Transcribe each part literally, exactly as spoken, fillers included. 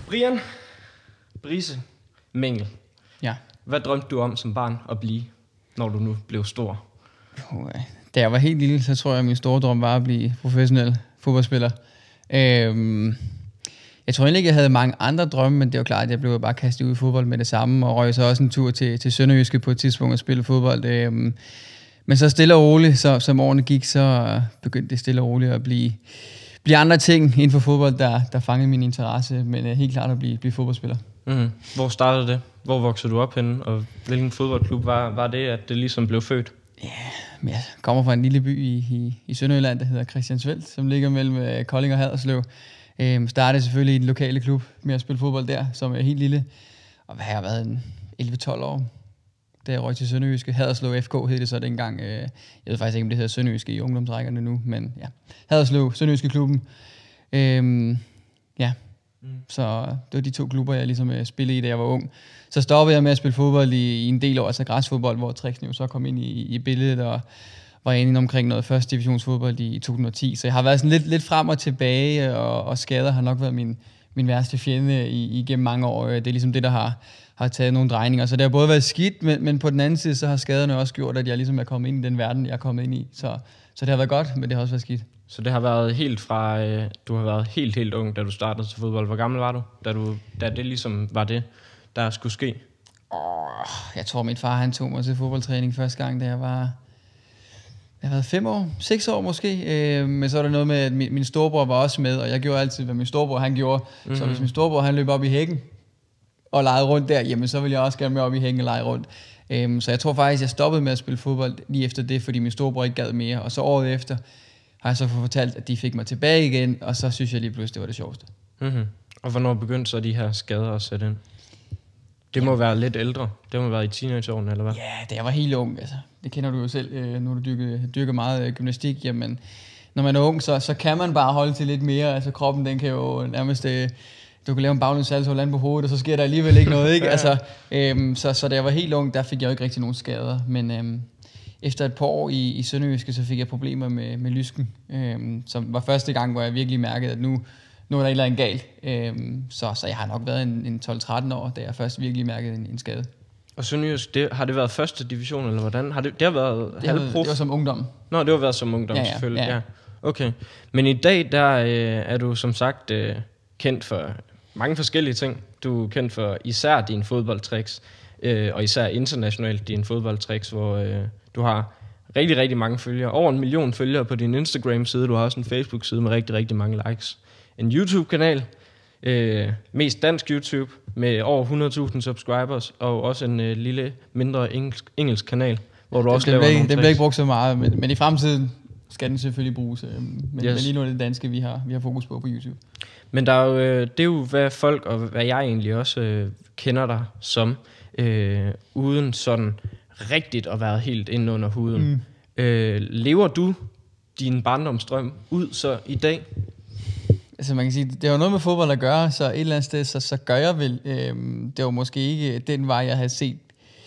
Brian Brise Mengel. Ja. Hvad drømte du om som barn at blive, når du nu blev stor? Da jeg var helt lille, så tror jeg, at min store drøm var at blive professionel fodboldspiller. Øhm, jeg tror egentlig ikke, jeg havde mange andre drømme, men det var klart, at jeg blev bare kastet ud i fodbold med det samme, og røg så også en tur til, til Sønderjyske på et tidspunkt at spille fodbold. Øhm, men så stille og roligt, så, som årene gik, så begyndte det stille og roligt at blive, blive andre ting inden for fodbold, der, der fangede min interesse, men uh, helt klart at blive, blive fodboldspiller. Mm. Hvor startede det? Hvor voksede du op henne? Og hvilken fodboldklub var, var det, at det ligesom blev født? Ja, yeah, jeg kommer fra en lille by i, i, i Sønderjylland, der hedder Christiansfeld, som ligger mellem Kolding og Haderslev. Øhm, startede selvfølgelig i den lokale klub med at spille fodbold der, som er helt lille. Og hvad har jeg været, en elleve tolv år, da jeg røg til Sønderjyske. Haderslev F K hed det så dengang. Øh, jeg ved faktisk ikke, om det hedder Sønderjyske i ungdomsrækkerne nu, men ja. Haderslev, Sønderjyske klubben. Øhm, ja, mm. Så det var de to klubber, jeg ligesom spillede i, da jeg var ung. Så stoppede jeg med at spille fodbold i, i en del år, altså græsfodbold, hvor Trixen jo så kom ind i, i billedet, og var inde omkring noget første divisionsfodbold i to tusind og ti. Så jeg har været sådan lidt, lidt frem og tilbage, og, og skader har nok været min, min værste fjende i, igennem mange år. Det er ligesom det, der har, har taget nogle drejninger. Så det har både været skidt, men, men på den anden side, så har skaderne også gjort, at jeg ligesom er kommet ind i den verden, jeg er kommet ind i. Så, så det har været godt, men det har også været skidt. Så det har været helt fra, øh, du har været helt, helt ung, da du startede til fodbold. Hvor gammel var du, da, du, da det ligesom var det, der skulle ske? Oh, jeg tror, min far han tog mig til fodboldtræning første gang, da jeg var... Jeg har været fem år, seks år måske, øh, men så er der noget med, at min, min storebror var også med, og jeg gjorde altid, hvad min storebror han gjorde. Mm-hmm. Så hvis min storebror han løb op i hækken og legede rundt der, jamen så ville jeg også gerne med op i hækken og lege rundt. Øh, så jeg tror faktisk, jeg stoppede med at spille fodbold lige efter det, fordi min storebror ikke gad mere. Og så året efter har jeg så fået fortalt, at de fik mig tilbage igen, og så synes jeg lige pludselig, det var det sjoveste. Mm-hmm. Og hvornår begyndte så de her skader at sætte ind? Det må være lidt ældre. Det må være i teenageårene, eller hvad? Ja, da jeg var helt ung, altså. Det kender du jo selv, øh, når du dyrker, dyrker meget øh, gymnastik. Jamen, når man er ung, så, så kan man bare holde til lidt mere. Altså kroppen, den kan jo nærmest... Øh, du kan lave en baglæns salto land på hovedet, og så sker der alligevel ikke noget, ikke? Altså, øh, så, så da jeg var helt ung, der fik jeg jo ikke rigtig nogen skader. Men øh, efter et par år i, i Sønderjyske, så fik jeg problemer med, med lysken. Øh, som var første gang, hvor jeg virkelig mærkede, at nu... Nu er der et eller andet galt, øhm, så, så jeg har nok været en, en tolv tretten år, da jeg først virkelig mærkede en, en skade. Og Sønderjysk, det, har det været første division, eller hvordan? Har det, det har været det har, det var som ungdom. Nå, det har været som ungdom, ja, ja, selvfølgelig. Ja. Ja. Okay. Men i dag, der øh, er du som sagt øh, kendt for mange forskellige ting. Du er kendt for især dine fodboldtricks, øh, og især internationalt dine fodboldtricks, hvor øh, du har rigtig, rigtig mange følgere. Over en million følgere på din Instagram-side. Du har også en Facebook-side med rigtig, rigtig mange likes. En YouTube-kanal, øh, mest dansk YouTube, med over hundrede tusind subscribers, og også en øh, lille, mindre engelsk, engelsk kanal, hvor du det, også det laver bliver, nogle det bliver ikke brugt så meget, men, men i fremtiden skal den selvfølgelig bruges. Øh, men, yes. men lige nu er det danske, vi har, vi har fokus på på YouTube. Men der er jo, øh, det er jo, hvad folk, og hvad jeg egentlig også øh, kender dig som, øh, uden sådan rigtigt at være helt inde under huden. Mm. Øh, lever du din barndomsdrøm ud så i dag? Altså man kan sige, det har jo noget med fodbold at gøre, så et eller andet sted, så, så gør jeg vel. Øhm, det var måske ikke den vej, jeg havde set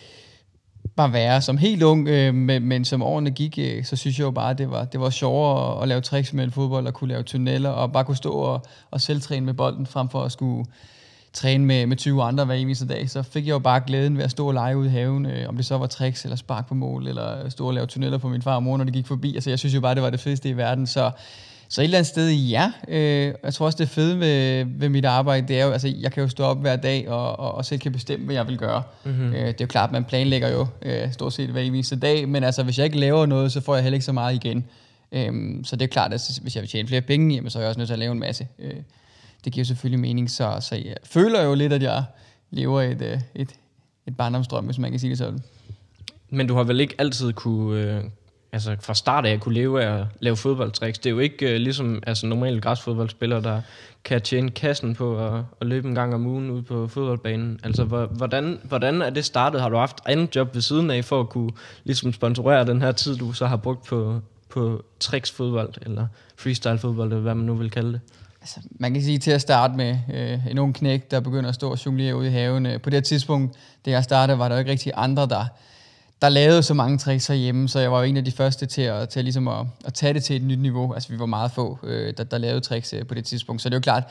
bare være som helt ung, øh, men, men som årene gik, øh, så synes jeg jo bare, at det var, det var sjovere at, at lave tricks med fodbold, og kunne lave tunneller, og bare kunne stå og, og selv træne med bolden, frem for at skulle træne med, med tyve andre hver eneste dag. Så fik jeg jo bare glæden ved at stå og lege ude i haven, øh, om det så var tricks, eller spark på mål, eller stå og lave tunneller på min far og mor, når de gik forbi. Altså jeg synes jo bare, det var det fedeste i verden, så Så et eller andet sted, ja. Øh, jeg tror også, det fede ved, ved mit arbejde, det er jo, altså, jeg kan jo stå op hver dag og, og, og selv kan bestemme, hvad jeg vil gøre. Mm-hmm. Øh, det er jo klart, man planlægger jo øh, stort set hver eneste dag, men altså, hvis jeg ikke laver noget, så får jeg heller ikke så meget igen. Øh, så det er klart, at hvis jeg vil tjene flere penge, jamen, så er jeg også nødt til at lave en masse. Øh, det giver selvfølgelig mening, så, så jeg føler jo lidt, at jeg lever et, et, et, et barndomsdrøm, hvis man kan sige det sådan. Men du har vel ikke altid kunne... Øh Altså fra start af at kunne leve af at lave fodboldtricks. Det er jo ikke uh, ligesom altså, normale græsfodboldspillere, der kan tjene kassen på at, at løbe en gang om ugen ude på fodboldbanen. Altså hvordan, hvordan er det startet? Har du haft andet job ved siden af for at kunne ligesom sponsorere den her tid, du så har brugt på, på tricksfodbold eller freestyle-fodbold, eller hvad man nu vil kalde det? Altså, man kan sige til at starte med øh, en ung knægt, der begynder at stå og jonglere ude i haven. På det tidspunkt, da jeg startede, var der jo ikke rigtig andre, der... der lavede så mange tricks herhjemme, så jeg var jo en af de første til at, til ligesom at, at tage det til et nyt niveau. Altså vi var meget få, øh, der, der lavede tricks øh, på det tidspunkt. Så det er jo klart,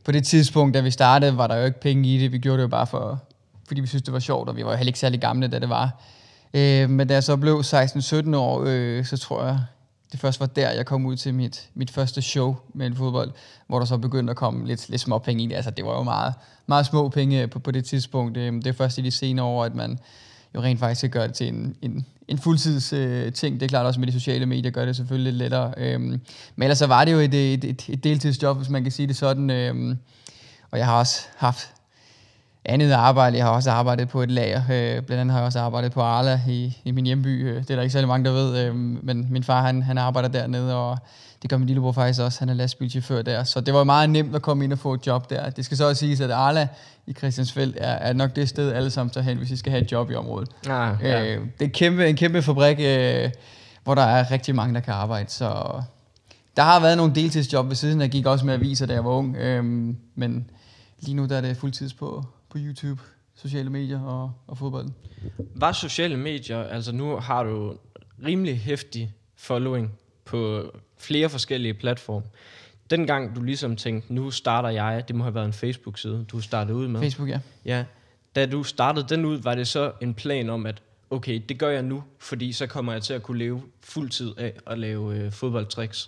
på det tidspunkt, da vi startede, var der jo ikke penge i det. Vi gjorde det jo bare for, fordi vi synes det var sjovt, og vi var jo heller ikke særlig gamle, da det var. Øh, men da jeg så blev seksten sytten år, øh, så tror jeg, det først var der, jeg kom ud til mit, mit første show med en fodbold, hvor der så begyndte at komme lidt, lidt små penge i det. Altså, det var jo meget, meget små penge på, på det tidspunkt. Det er først i de senere år, at man jo rent faktisk kan gøre det til en, en, en fuldtids øh, ting. Det er klart også med de sociale medier, gør det selvfølgelig lidt lettere. Øhm, men ellers så var det jo et, et, et, et deltidsjob, hvis man kan sige det sådan. Øhm, og jeg har også haft andet arbejde. Jeg har også arbejdet på et lager. Øh, blandt andet har jeg også arbejdet på Arla i, i min hjemby. Det er der ikke særlig mange, der ved. Øh, men min far, han, han arbejder dernede, og det gør min lillebror faktisk også. Han er lastbilchauffør der. Så det var meget nemt at komme ind og få et job der. Det skal så også siges, at Arla i Christiansfeld er, er nok det sted, alle sammen tager hen, hvis I skal have et job i området. Ah, ja. øh, det er en kæmpe, en kæmpe fabrik, øh, hvor der er rigtig mange, der kan arbejde. Så der har været nogle deltidsjob ved siden. Jeg gik også med aviser, da jeg var ung. Øh, men lige nu der er det fuldtids på på YouTube, sociale medier og, og fodbold. Var sociale medier, altså nu har du rimelig heftig following på flere forskellige platforme. Dengang du ligesom tænkte, nu starter jeg, det må have været en Facebook-side, du startede ud med. Facebook, ja. Ja. Da du startede den ud, var det så en plan om, at okay, det gør jeg nu, fordi så kommer jeg til at kunne leve fuldtid af at lave øh, fodboldtricks?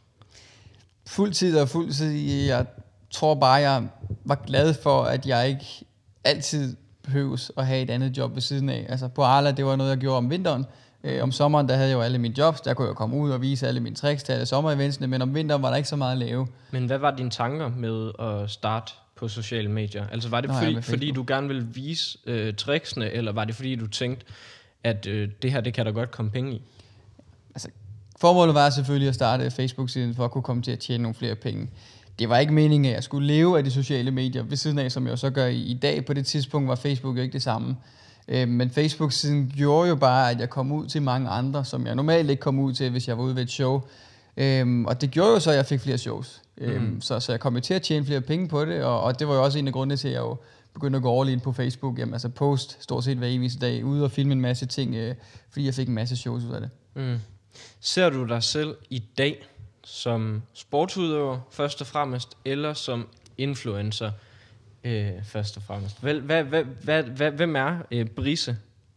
Fuldtid og fuldtid, jeg tror bare, jeg var glad for, at jeg ikke altid behøves at have et andet job ved siden af. Altså på Arla, det var noget, jeg gjorde om vinteren. Øh, om sommeren, der havde jeg jo alle mine jobs. Der kunne jeg komme ud og vise alle mine tricks til alle sommereventsene, men om vinteren var der ikke så meget at lave. Men hvad var dine tanker med at starte på sociale medier? Altså var det Nå, fordi, ja, fordi du gerne ville vise øh, tricksene, eller var det fordi du tænkte, at øh, det her, det kan der godt komme penge i? Altså, formålet var selvfølgelig at starte Facebook-siden for at kunne komme til at tjene nogle flere penge. Det var ikke meningen, at jeg skulle leve af de sociale medier ved siden af, som jeg så gør i, i dag. På det tidspunkt var Facebook jo ikke det samme. Øh, men Facebook-siden gjorde jo bare, at jeg kom ud til mange andre, som jeg normalt ikke kom ud til, hvis jeg var ude ved et show. Øh, og det gjorde jo så, at jeg fik flere shows. Mm. Øh, så, så jeg kom jo til at tjene flere penge på det, og, og det var jo også en af grundene til, at jeg jo begyndte at gå all in på Facebook. Jamen, altså post stort set hver eneste dag, ude og filme en masse ting, øh, fordi jeg fik en masse shows ud af det. Mm. Ser du dig selv i dag som sportsudøver først og fremmest, eller som influencer øh, først og fremmest? Hvad, hvad, hvad, hvad, hvad, hvem er øh, Brise?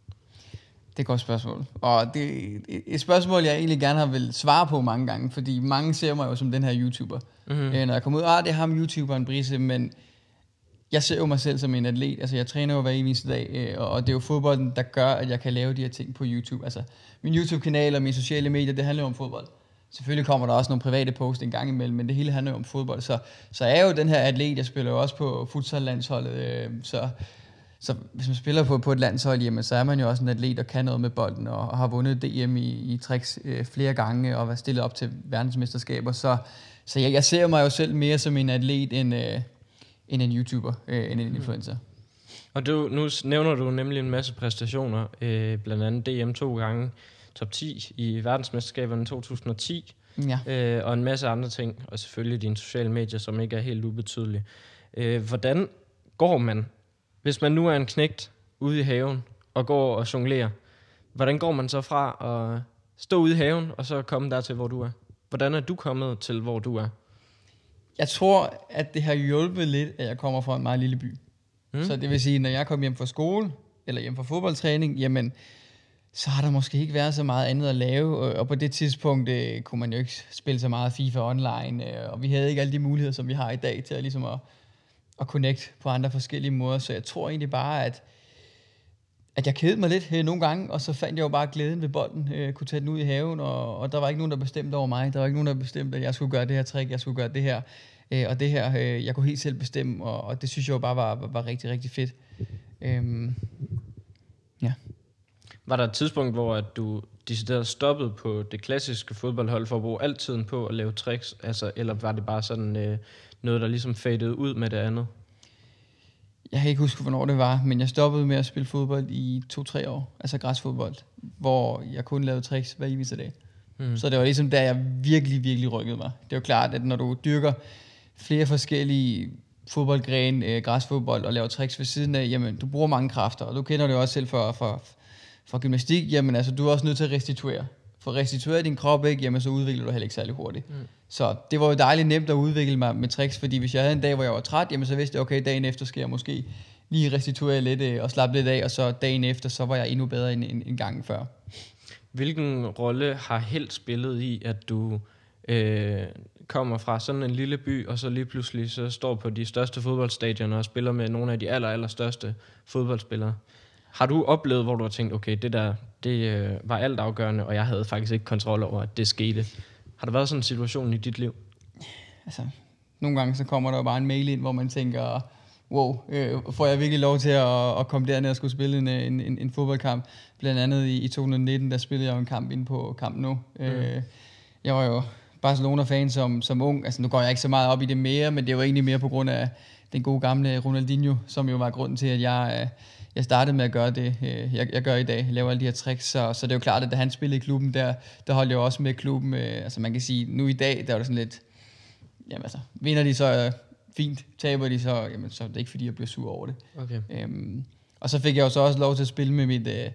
Det er et godt spørgsmål. Og det er et spørgsmål, jeg egentlig gerne har vil svare på mange gange, fordi mange ser mig jo som den her YouTuber. Mm-hmm. Øh, når jeg kommer ud, ah, det er ham YouTuberen Brise, men jeg ser jo mig selv som en atlet. Altså, jeg træner jo hver eneste dag, øh, og det er jo fodbolden, der gør, at jeg kan lave de her ting på YouTube. Altså, min YouTube-kanal og mine sociale medier, det handler jo om fodbold. Selvfølgelig kommer der også nogle private posts en gang imellem, men det hele handler jo om fodbold. Så, så er jeg jo den her atlet, jeg spiller jo også på futsal-landsholdet. Øh, så, så hvis man spiller på, på et landshold, jamen, så er man jo også en atlet, der kan noget med bolden, og, og har vundet D M i, i tricks øh, flere gange, og været stillet op til verdensmesterskaber. Så, så jeg, jeg ser mig jo selv mere som en atlet, end, øh, end en YouTuber, øh, end en influencer. Og du, nu nævner du nemlig en masse præstationer, øh, blandt andet D M to gange, top ti i verdensmesterskaberne to tusind og ti, Ja. øh, og en masse andre ting, og selvfølgelig dine sociale medier, som ikke er helt ubetydelige. Øh, hvordan går man, hvis man nu er en knægt ude i haven, og går og jonglerer, hvordan går man så fra at stå ude i haven, og så komme der til, hvor du er? Hvordan er du kommet til, hvor du er? Jeg tror, at det har hjulpet lidt, at jeg kommer fra en meget lille by. Mm. Så det vil sige, når jeg kom hjem fra skole, eller hjem fra fodboldtræning, jamen, så har der måske ikke været så meget andet at lave, og på det tidspunkt øh, kunne man jo ikke spille så meget FIFA online, øh, og vi havde ikke alle de muligheder, som vi har i dag, til at, ligesom at, at connect på andre forskellige måder, så jeg tror egentlig bare, at, at jeg kedede mig lidt øh, nogle gange, og så fandt jeg jo bare glæden ved bolden, øh, kunne tage den ud i haven, og, og der var ikke nogen, der bestemte over mig, der var ikke nogen, der bestemte, at jeg skulle gøre det her trick, jeg skulle gøre det her, øh, og det her, øh, jeg kunne helt selv bestemme, og, og det synes jeg jo bare var, var, var rigtig, rigtig fedt. Øhm, ja. Var der et tidspunkt, hvor at du decideret stoppede på det klassiske fodboldhold for at bruge al tiden på at lave tricks? Altså, eller var det bare sådan øh, noget, der ligesom fadede ud med det andet? Jeg kan ikke huske, hvornår det var, men jeg stoppede med at spille fodbold i to-tre år. Altså græsfodbold, hvor jeg kun lavede tricks hver eneste dag. Mm. Så det var ligesom der, jeg virkelig, virkelig rykkede mig. Det er jo klart, at når du dyrker flere forskellige fodboldgrene, øh, græsfodbold, og laver tricks ved siden af, jamen, du bruger mange kræfter, og du kender det også selv for... for for gymnastik, jamen altså, du er også nødt til at restituere. får restitueret din krop, ikke, jamen så udvikler du heller ikke særlig hurtigt. Mm. Så det var jo dejligt nemt at udvikle mig med tricks, fordi hvis jeg havde en dag, hvor jeg var træt, jamen så vidste jeg, okay, dagen efter skal jeg måske lige restituere lidt øh, og slappe lidt af, og så dagen efter, så var jeg endnu bedre end en, en gang før. Hvilken rolle har held spillet i, at du øh, kommer fra sådan en lille by, og så lige pludselig så står på de største fodboldstadioner og spiller med nogle af de aller, aller største fodboldspillere? Har du oplevet, hvor du har tænkt, okay, det der, det øh, var alt afgørende, og jeg havde faktisk ikke kontrol over, at det skete? Har der været sådan en situation i dit liv? Altså, nogle gange så kommer der jo bare en mail ind, hvor man tænker, wow, øh, får jeg virkelig lov til at, at komme derned og skulle spille en, en, en, en fodboldkamp? Blandt andet i, i to tusind nitten, der spillede jeg jo en kamp inde på Camp Nou. Mm. Øh, jeg var jo Barcelona-fan som, som ung. Altså, nu går jeg ikke så meget op i det mere, men det var egentlig mere på grund af den gode gamle Ronaldinho, som jo var grunden til, at jeg... Jeg startede med at gøre det, jeg, jeg gør i dag. Jeg laver alle de her tricks, så, så det er jo klart, at da han spillede i klubben, der, der holdt jeg jo også med klubben. Øh, altså man kan sige, nu i dag, der er det sådan lidt, jamen altså, vinder de så øh, fint, taber de så, jamen så er det ikke fordi, jeg bliver sur over det. Okay. Øhm, og så fik jeg jo så også lov til at spille med mit øh,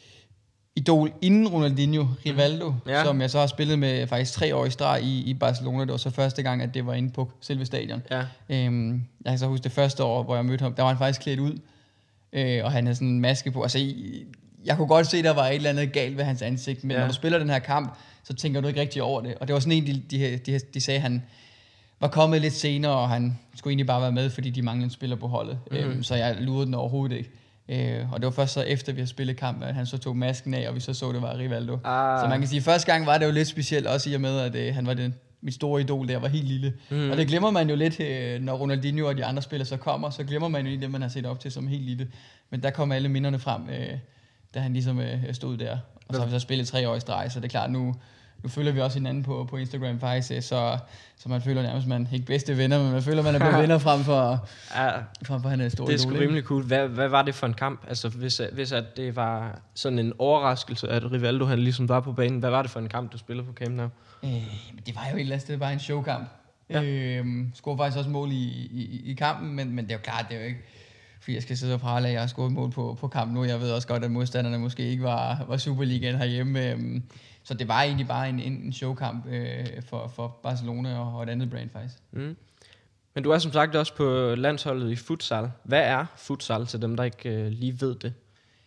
idol inden Ronaldinho, Rivaldo, mm. ja. som jeg så har spillet med faktisk tre år i streg i, i Barcelona. Det var så første gang, at det var inde på selve stadion. Ja. Øhm, jeg kan så huske det første år, hvor jeg mødte ham, der var han faktisk klædt ud. Øh, og han havde sådan en maske på. Altså, jeg kunne godt se, at der var et eller andet galt ved hans ansigt, men ja. når du spiller den her kamp, så tænker du ikke rigtig over det. Og det var sådan en, de, de, de, de sagde, at han var kommet lidt senere, og han skulle egentlig bare være med, fordi de manglede en spiller på holdet. Mm-hmm. Øhm, så jeg lurede den overhovedet ikke. Øh, og det var først så efter, vi havde spillet kamp, at han så tog masken af, og vi så så, det var Rivaldo. Ah. Så man kan sige, at første gang var det jo lidt specielt, også i og med, at øh, han var den mit store idol, der var helt lille. Mm. Og det glemmer man jo lidt, når Ronaldinho og de andre spillere så kommer, så glemmer man jo lige det, man har set op til som helt lille. Men der kom alle minderne frem, øh, da han ligesom øh, stod der. Og så har vi så spillet tre år i streg, så det er klart, nu, nu følger vi også hinanden på, på Instagram faktisk, så, så man føler nærmest, man ikke bedste venner, men man føler, man er blevet venner frem for, ja, frem for han er stor idol. Det er sgu rimelig cool. Hvad, hvad var det for en kamp? Altså, hvis, hvis at det var sådan en overraskelse, at Rivaldo han ligesom var på banen, hvad var det for en kamp, du spillede på Camp Nou? Øh, det var jo et eller andet sted bare en showkamp. Ja. Øh, scorede faktisk også mål i, i, i kampen, men, men det er jo klart, det er jo ikke, fordi jeg skal sidde og prale, at jeg har scoret mål på, på Camp Nou. Jeg ved også godt, at modstanderne måske ikke var, var Superligaen herhjemme. Øh, så det var egentlig bare en, en showkamp øh, for, for Barcelona og, og et andet brand faktisk. Mm. Men du er som sagt også på landsholdet i futsal. Hvad er futsal til dem, der ikke øh, lige ved det?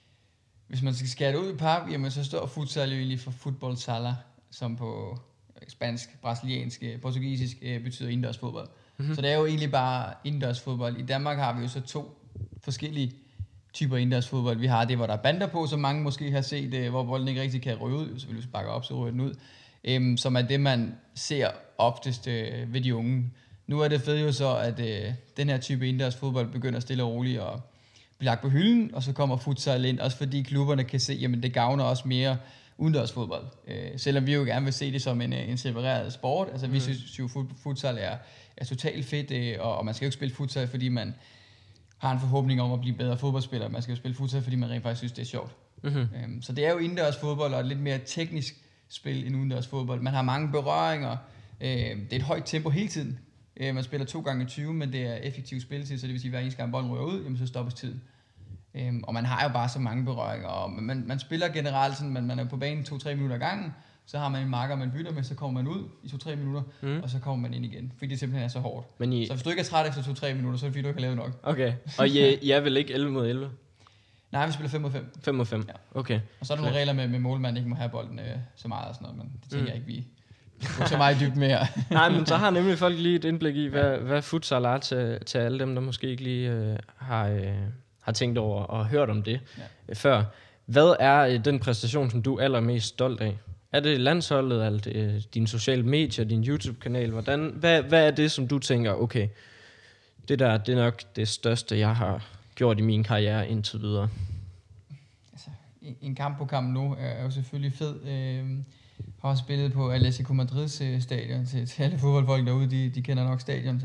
Hvis man skal skære det ud i pap, jamen så står futsal jo egentlig for football sala, som på spansk, brasiliansk, portugisisk øh, betyder indendørs fodbold. Mm-hmm. Så det er jo egentlig bare indendørs fodbold. I Danmark har vi jo så to forskellige typer indendørs fodbold. Vi har det, hvor der er bander på, som mange måske har set, øh, hvor bolden ikke rigtig kan ryge ud. Så vil du bakke op, så ryger den ud. Øhm, som er det, man ser oftest øh, ved de unge. Nu er det fedt jo så, at øh, den her type indendørs fodbold begynder stille og roligt at blive lagt på hylden, og så kommer futsal ind, også fordi klubberne kan se, jamen det gavner også mere udendørs fodbold. Øh, selvom vi jo gerne vil se det som en, en separeret sport. Altså mm. vi synes jo, futsal er, er totalt fedt, øh, og, og man skal jo ikke spille futsal, fordi man har en forhåbning om at blive bedre fodboldspiller. Man skal jo spille futsal, fordi man rent faktisk synes, det er sjovt. Mm-hmm. Øhm, så det er jo indendørs fodbold, og et lidt mere teknisk spil end udendørs fodbold. Man har mange berøringer. Øh, det er et højt tempo hele tiden. Øh, man spiller to gange tyve, men det er effektiv spilletid, så det vil sige, at hver eneste gang bolden rører ud, jamen, så stoppes tiden. Øhm, og man har jo bare så mange berøringer, og man, man spiller generelt sådan, man, man er på banen to-tre minutter ad gangen, så har man en marker, man bytter med, så kommer man ud i to-tre minutter, mm. og så kommer man ind igen, fordi det simpelthen er så hårdt. Men I... Så hvis du ikke er træt efter to-tre minutter, så er det fordi, du ikke har lavet nok. Okay, og I, I er vel ikke elleve mod elleve? Nej, vi spiller fem mod fem. fem mod fem, ja. Okay. Og så er der nogle regler med, med målmanden ikke må have bolden øh, så meget og sådan noget, men det tænker mm. jeg ikke, vi går så meget dybt mere. Nej, men så har nemlig folk lige et indblik i, hvad, hvad futsal er til, til alle dem, der måske ikke lige øh, har... Øh, har tænkt over og hørt om det ja. før. Hvad er den præstation, som du er allermest stolt af? Er det landsholdet, eller det, dine sociale medier, din YouTube-kanal? Hvordan, hvad, hvad er det, som du tænker, okay, det der det er nok det største, jeg har gjort i min karriere indtil videre? Altså, en kamp på Camp Nou er jo selvfølgelig fed. Jeg har også spillet på Atletico Madrids stadion. Til, til alle fodboldfolk derude, de, de kender nok stadion.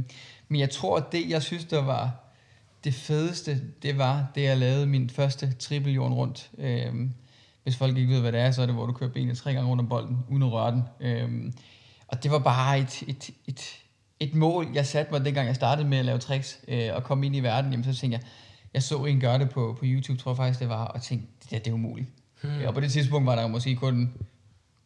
Men jeg tror, at det, jeg synes, der var det fedeste, det var, det jeg lavede min første tripeljorden rundt. Øhm, hvis folk ikke ved, hvad det er, så er det, hvor du kører benene tre gange rundt om bolden, uden at røre den. Øhm, og det var bare et, et, et, et mål, jeg satte mig, dengang jeg startede med at lave tricks, øh, og komme ind i verden. Jamen, så tænkte jeg, jeg så en gøre det på, på YouTube, tror jeg faktisk det var, og tænkte, det der, det er umuligt. Hmm. Og på det tidspunkt var der måske kun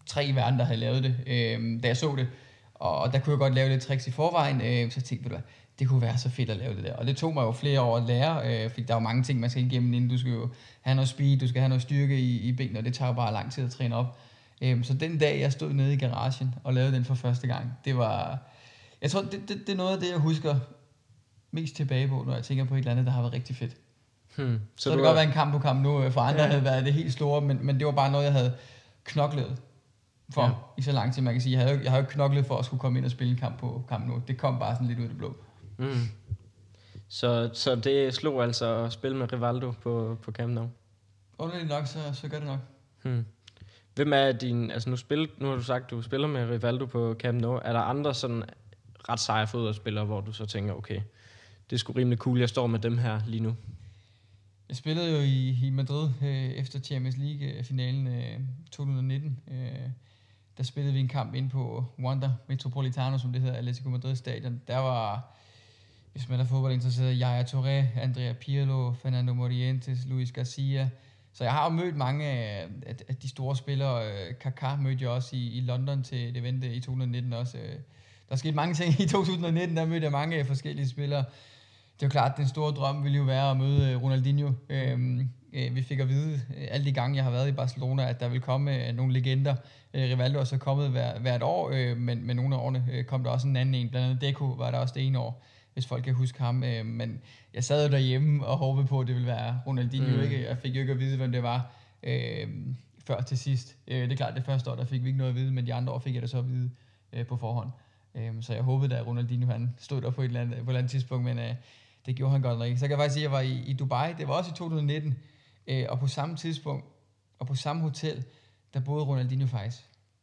tre i verden, der havde lavet det, øh, da jeg så det. Og der kunne jeg godt lave lidt tricks i forvejen, øh, så jeg tænkte, ved du hvad, det kunne være så fedt at lave det der. Og det tog mig jo flere år at lære, øh, fordi der er jo mange ting, man skal igennem, inden du skal jo have noget speed, du skal have noget styrke i, i benene, og det tager jo bare lang tid at træne op. Øh, så den dag, jeg stod nede i garagen og lavede den for første gang, det var... Jeg tror, det, det, det er noget af det, jeg husker mest tilbage på, når jeg tænker på et eller andet, der har været rigtig fedt. Hmm. Så, så det kan godt være en kamp på kamp nu, for andre ja. havde været det helt store, men, men det var bare noget, jeg havde knoklet for ja. i så lang tid. Man kan sige, jeg havde, jeg havde jo knoklet for at skulle komme ind og spille en kamp på kamp nu. Det kom bare sådan lidt ud af det blå. Mm. Så, så det slog altså at spille med Rivaldo på, på Camp Nou? Underligt nok, så, så gør det nok. Hmm. Hvem er din, altså nu, spil, nu har du sagt, du spiller med Rivaldo på Camp Nou. Er der andre sådan ret seje fodboldspillere, hvor du så tænker, okay, det er sgu rimelig cool, jeg står med dem her lige nu? Jeg spillede jo i, i Madrid øh, efter Champions League-finalen øh, to tusind nitten. Øh, der spillede vi en kamp ind på Wanda Metropolitano, som det hedder, Atletico Madrid stadion. Der var, hvis man er fodboldinteresseret, Yaya Touré, Andrea Pirlo, Fernando Morientes, Luis Garcia. Så jeg har jo mødt mange af, af de store spillere. Kaká mødte jeg også i, i London til et event i to tusind nitten også. Der skete mange ting i to tusind nitten, der mødte jeg mange forskellige spillere. Det er jo klart, at den store drøm ville jo være at møde Ronaldinho. Øhm, øh, vi fik at vide alle de gange, jeg har været i Barcelona, at der ville komme øh, nogle legender. Øh, Rivaldo er så kommet hver, hvert år, øh, men, men nogle af årene øh, kom der også en anden en. Blandt andet Deco var der også det ene år, hvis folk kan huske ham. Øh, men jeg sad jo derhjemme og håbede på, at det ville være Ronaldinho. Mm. Ikke? Jeg fik jo ikke at vide, hvem det var øh, før til sidst. Øh, det er klart, det første år, der fik vi ikke noget at vide, men de andre år fik jeg det så at vide øh, på forhånd. Øh, så jeg håbede, at Ronaldinho han stod der på et eller andet, på et eller andet tidspunkt, men... Øh, det gjorde han godt nok ikke. Så kan jeg faktisk sige, at jeg var i, i Dubai. Det var også i to tusind nitten. Øh, og på samme tidspunkt, og på samme hotel, der boede Ronaldinho faktisk.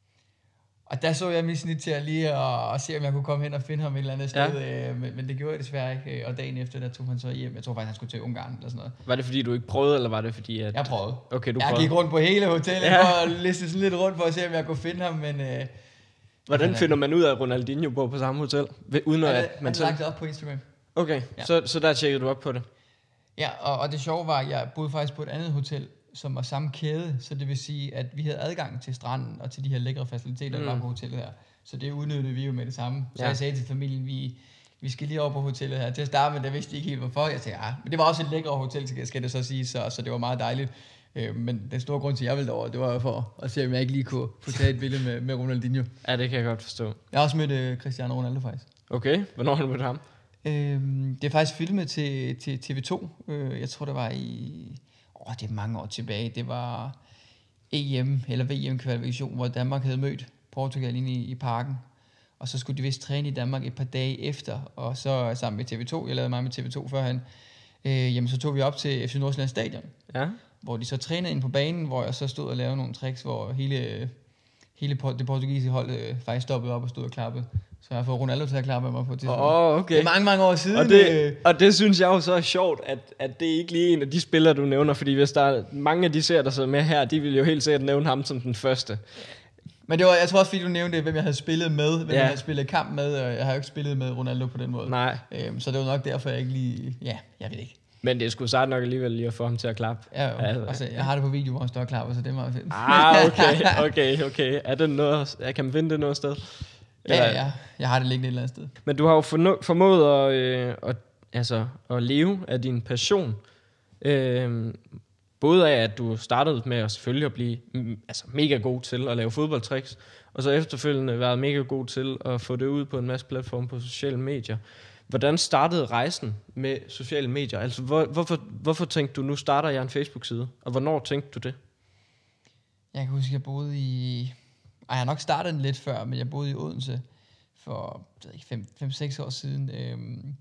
Og der så jeg mig snit til at lige at, at se, om jeg kunne komme hen og finde ham et eller andet sted. Ja. Øh, men, men det gjorde jeg desværre ikke. Og dagen efter, der tog han så hjem. Jeg tror faktisk, han skulle til Ungarn eller sådan noget. Var det fordi, du ikke prøvede, eller var det fordi, at... Jeg prøvede. Okay, du jeg prøvede. gik rundt på hele hotellet ja. for at liste sådan lidt rundt for at se, om jeg kunne finde ham, men... Øh, Hvordan finder man ud af, at Ronaldinho bor på samme hotel? Uden at, at man han lagt det op på Instagram. Okay, ja. så, så der tjekkede du op på det? Ja, og, og det sjove var, at jeg boede faktisk på et andet hotel, som var samme kæde, så det vil sige, at vi havde adgang til stranden og til de her lækre faciliteter, mm. der var på hotellet her. Så det udnyttede vi jo med det samme. Så ja. jeg sagde til familien, vi, vi skal lige over på hotellet her. Til at starte med, der vidste de ikke helt hvorfor. Jeg sagde, ja, men det var også et lækre hotel, skal det så sige, så, så det var meget dejligt. Øh, men den store grund til, at jeg ville derover, det var for at se, om jeg ikke lige kunne få taget et billede med, med Ronaldinho. Ja, det kan jeg godt forstå. Jeg har også mødt uh, Cristiano Ronaldo faktisk. Okay, hvornår har du mødt ham? Øhm, det er faktisk filmet til, til T V to. Øh, jeg tror, det var i... Åh, det er mange år tilbage. Det var E M eller V M-kvalifikation, hvor Danmark havde mødt Portugal inde i, i parken. Og så skulle de vist træne i Danmark et par dage efter. Og så sammen med T V to, jeg lavede mig med T V to førhen, øh, jamen så tog vi op til F C Nordsjælland Stadion. Ja. Hvor de så trænede ind på banen, hvor jeg så stod og lavede nogle tricks, hvor hele, hele det portugisiske hold øh, faktisk stoppede op og stod og klappede. Så jeg har fået Ronaldo til at klappe mig på det. Oh, okay. Det er mange, mange år siden. Og det, og det synes jeg jo så er sjovt, at, at det ikke lige er en af de spillere, du nævner. Fordi hvis der er mange af de serier, der sidder med her, de vil jo helt sikkert nævne ham som den første. Men det var, jeg tror også, fordi du nævnte, hvem jeg havde spillet med, hvem ja. jeg havde spillet kamp med, og jeg har jo ikke spillet med Ronaldo på den måde. Nej. Øhm, så det var nok derfor, jeg ikke lige... Ja, jeg ved ikke. Men det er sgu sart nok alligevel lige at få ham til at klappe. Ja, jo. Altså, altså, jeg har det på video, hvor han står og klapper, så det er meget fedt. Ah, okay, okay, okay. Er det noget, kan man vinde det noget sted? Ja, ja, ja, jeg har det liggende et eller andet sted. Men du har jo formået at, øh, at, altså, at leve af din passion. Øh, både af, at du startede med at selvfølgelig at blive mm, altså, mega god til at lave fodboldtricks, og så efterfølgende været mega god til at få det ud på en masse platforme på sociale medier. Hvordan startede rejsen med sociale medier? Altså, hvor, hvorfor, hvorfor tænkte du, nu starter jeg en Facebook-side? Og hvornår tænkte du det? Jeg kan huske, at jeg boede i... Ej, jeg har nok startet den lidt før, men jeg boede i Odense for fem seks år siden, øhm,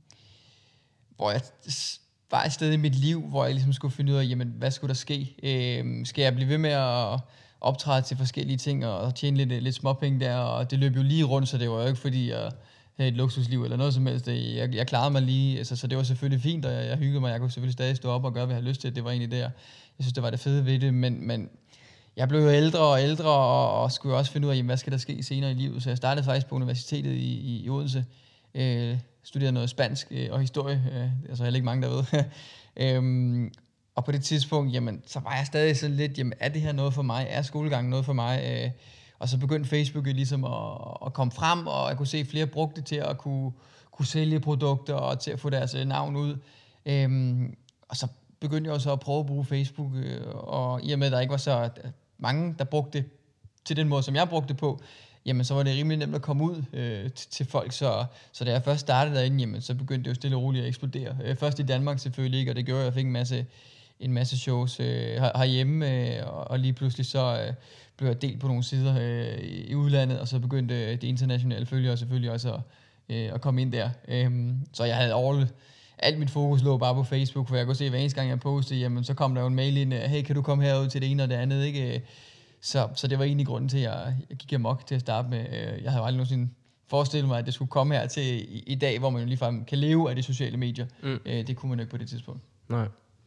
hvor jeg var et sted i mit liv, hvor jeg ligesom skulle finde ud af, jamen, hvad skulle der ske? Øhm, skal jeg blive ved med at optræde til forskellige ting og tjene lidt, lidt småpenge der? Og det løb jo lige rundt, så det var jo ikke fordi, jeg havde et luksusliv eller noget som helst. Jeg, jeg klarede mig lige, altså, så det var selvfølgelig fint, og jeg, jeg hyggede mig. Jeg kunne selvfølgelig stadig stå op og gøre, hvad jeg havde lyst til. Det var egentlig det, jeg, jeg synes, det var det fede ved det, men... men jeg blev jo ældre og ældre, og, og skulle også finde ud af, jamen, hvad skal der ske senere i livet. Så jeg startede faktisk på universitetet i, i, i Odense. Øh, studerede noget spansk øh, og historie. Øh, altså heller ikke mange, der ved. øhm, og på det tidspunkt, jamen, så var jeg stadig sådan lidt, jamen, er det her noget for mig? Er skolegangen noget for mig? Øh, og så begyndte Facebook jo ligesom at, at komme frem, og jeg kunne se flere brugte det til at kunne, kunne sælge produkter, og til at få deres navn ud. Øhm, og så begyndte jeg også at prøve at bruge Facebook, øh, og i og med, at der ikke var så mange, der brugte det til den måde, som jeg brugte det på, jamen så var det rimelig nemt at komme ud øh, til, til folk, så, så da jeg først startede derinde, jamen så begyndte det jo stille og roligt at eksplodere. Øh, først i Danmark selvfølgelig ikke, og det gjorde, at jeg fik en masse, en masse shows øh, her, herhjemme, øh, og, og lige pludselig så øh, blev jeg delt på nogle sider øh, i udlandet, og så begyndte øh, det internationale følgere selvfølgelig også at, øh, at komme ind der. Øh, så jeg havde all, alt mit fokus lå bare på Facebook, for jeg kunne se, at hver eneste gang jeg postede, jamen så kom der jo en mail ind, hey, kan du komme herud til det ene og det andet, ikke? Så, så det var egentlig grunden til, at jeg, jeg gik amok til at starte med. Jeg havde aldrig nogensinde forestillet mig, at det skulle komme her til i, i dag, hvor man jo ligefrem kan leve af de sociale medier. Mm. Det kunne man jo ikke på det tidspunkt. Nej.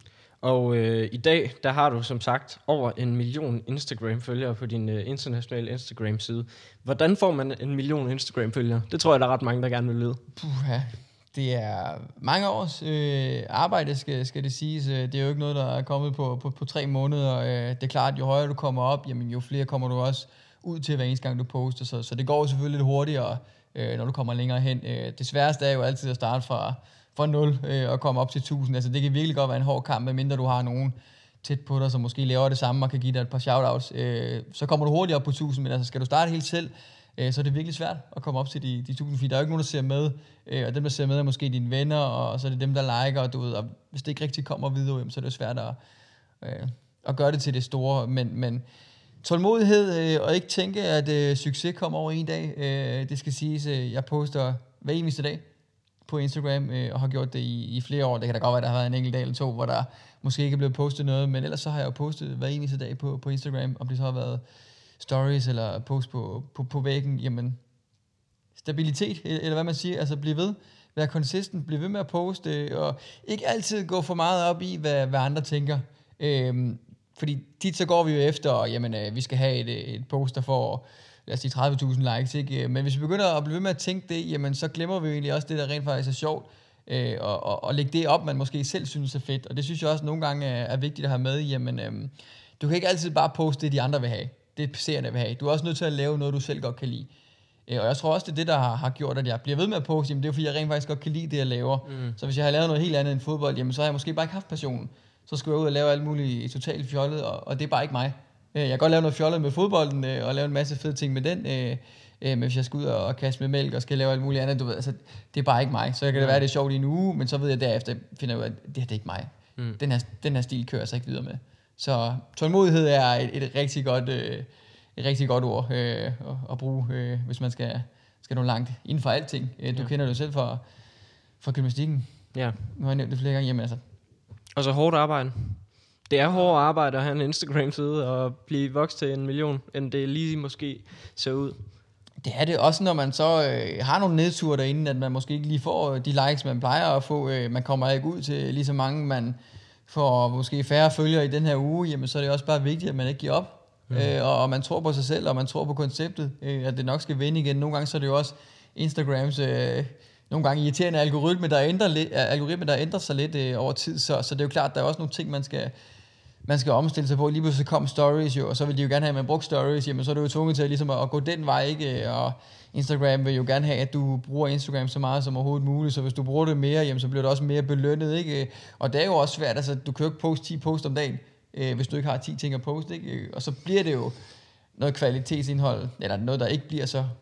Og øh, i dag, der har du som sagt over en million Instagram-følgere på din øh, internationale Instagram-side. Hvordan får man en million Instagram-følgere? Det tror jeg, der er ret mange, der gerne vil vide. Puha. Det er mange års øh, arbejde, skal, skal det siges. Det er jo ikke noget, der er kommet på, på, på tre måneder. Det er klart, jo højere du kommer op, jamen, jo flere kommer du også ud til hver eneste gang, du poster. Så, så det går jo selvfølgelig lidt hurtigere, øh, når du kommer længere hen. Det sværeste er jo altid at starte fra, fra nul øh, og komme op til tusind. Altså, det kan virkelig godt være en hård kamp, medmindre du har nogen tæt på dig, som måske laver det samme og kan give dig et par shoutouts. Øh, så kommer du hurtigere op på tusind, men altså, skal du starte helt selv, så er det virkelig svært at komme op til de, de tusind, fordi der er jo ikke nogen, der ser med, og dem, der ser med, er måske dine venner, og så er det dem, der liker, og du ved, og hvis det ikke rigtig kommer videre, så er det jo svært at, øh, at gøre det til det store, men, men tålmodighed, øh, og ikke tænke, at øh, succes kommer over en dag, øh, det skal siges, øh, jeg poster hver eneste dag på Instagram, øh, og har gjort det i, i flere år. Det kan da godt være, der har været en enkelt dag eller to, hvor der måske ikke er blevet postet noget, men ellers så har jeg jo postet hver eneste dag på, på Instagram, om det så har været stories eller post på, på, på væggen, jamen stabilitet, eller hvad man siger, altså blive ved, være consistent, blive ved med at poste, og ikke altid gå for meget op i, hvad, hvad andre tænker. Øhm, fordi tit så går vi jo efter, og jamen, øh, vi skal have et, et post, der får, lad os sige, tredive tusind likes, ikke? Men hvis vi begynder at blive ved med at tænke det, jamen så glemmer vi jo egentlig også det, der rent faktisk er sjovt, øh, og, og, og lægge det op, man måske selv synes er fedt, og det synes jeg også nogle gange er, er vigtigt at have med, jamen øh, du kan ikke altid bare poste det, de andre vil have. Det seerne vil have. Du er også nødt til at lave noget, du selv godt kan lide. Og jeg tror også, det er det, der har, har gjort, at jeg bliver ved med at poste. Jamen, det er fordi, jeg rent faktisk godt kan lide det, jeg laver. Mm. Så hvis jeg har lavet noget helt andet end fodbold, jamen, så har jeg måske bare ikke haft passionen. Så skulle jeg ud og lave alt muligt totalt fjollet, og, og det er bare ikke mig. Jeg kan godt lave noget fjollet med fodbolden, og lave en masse fede ting med den. Men hvis jeg skal ud og kaste med mælk, og skal lave alt muligt andet, du ved, altså, det er bare ikke mig. Så kan det mm. være, det er sjovt i en uge, men så ved jeg derefter, finder jeg ud af, at det her, det er ikke mig. Mm. Den, her, den her stil kører jeg så ikke videre med. Så tålmodighed er et, et rigtig godt... Øh, et rigtig godt ord øh, at, at bruge, øh, hvis man skal, skal nå langt inden for alting. Øh, du ja. kender det jo selv fra, fra gymnastikken. Ja. Nu har jeg nævnt det flere gange. Jamen, altså. Og så hårdt arbejde. Det er hårdt arbejde at have en Instagram-side og blive vokset til en million, end det lige måske ser ud. Det er det også, når man så øh, har nogle nedture derinde, at man måske ikke lige får de likes, man plejer at få. Øh, man kommer ikke ud til lige så mange, man får måske færre følgere i den her uge. Jamen, så er det også bare vigtigt, at man ikke giver op. Mm. Øh, og, og man tror på sig selv, og man tror på konceptet, øh, at det nok skal vinde igen. Nogle gange så er det jo også Instagrams øh, nogle gange irriterende algoritme, der ændrer, li- algoritme, der ændrer sig lidt øh, over tid, så, så det er jo klart, der er også nogle ting, man skal, man skal omstille sig på. Lige pludselig kom stories jo, og så vil de jo gerne have, at man brugte stories, jamen så er du jo tvunget til ligesom at, at gå den vej, ikke? Og Instagram vil jo gerne have, at du bruger Instagram så meget som overhovedet muligt, så hvis du bruger det mere, jamen så bliver det også mere belønnet, ikke? Og det er jo også svært, altså du kan jo ikke poste ti post om dagen, øh, hvis du ikke har ti ting at poste, ikke? Og så bliver det jo noget kvalitetsindhold, eller noget, der ikke bliver så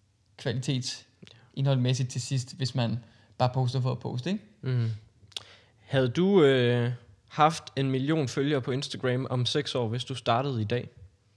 kvalitetsindholdmæssigt til sidst, hvis man bare poster for at poste, ikke? Mm. Havde du øh, haft en million følgere på Instagram om seks år, hvis du startede i dag?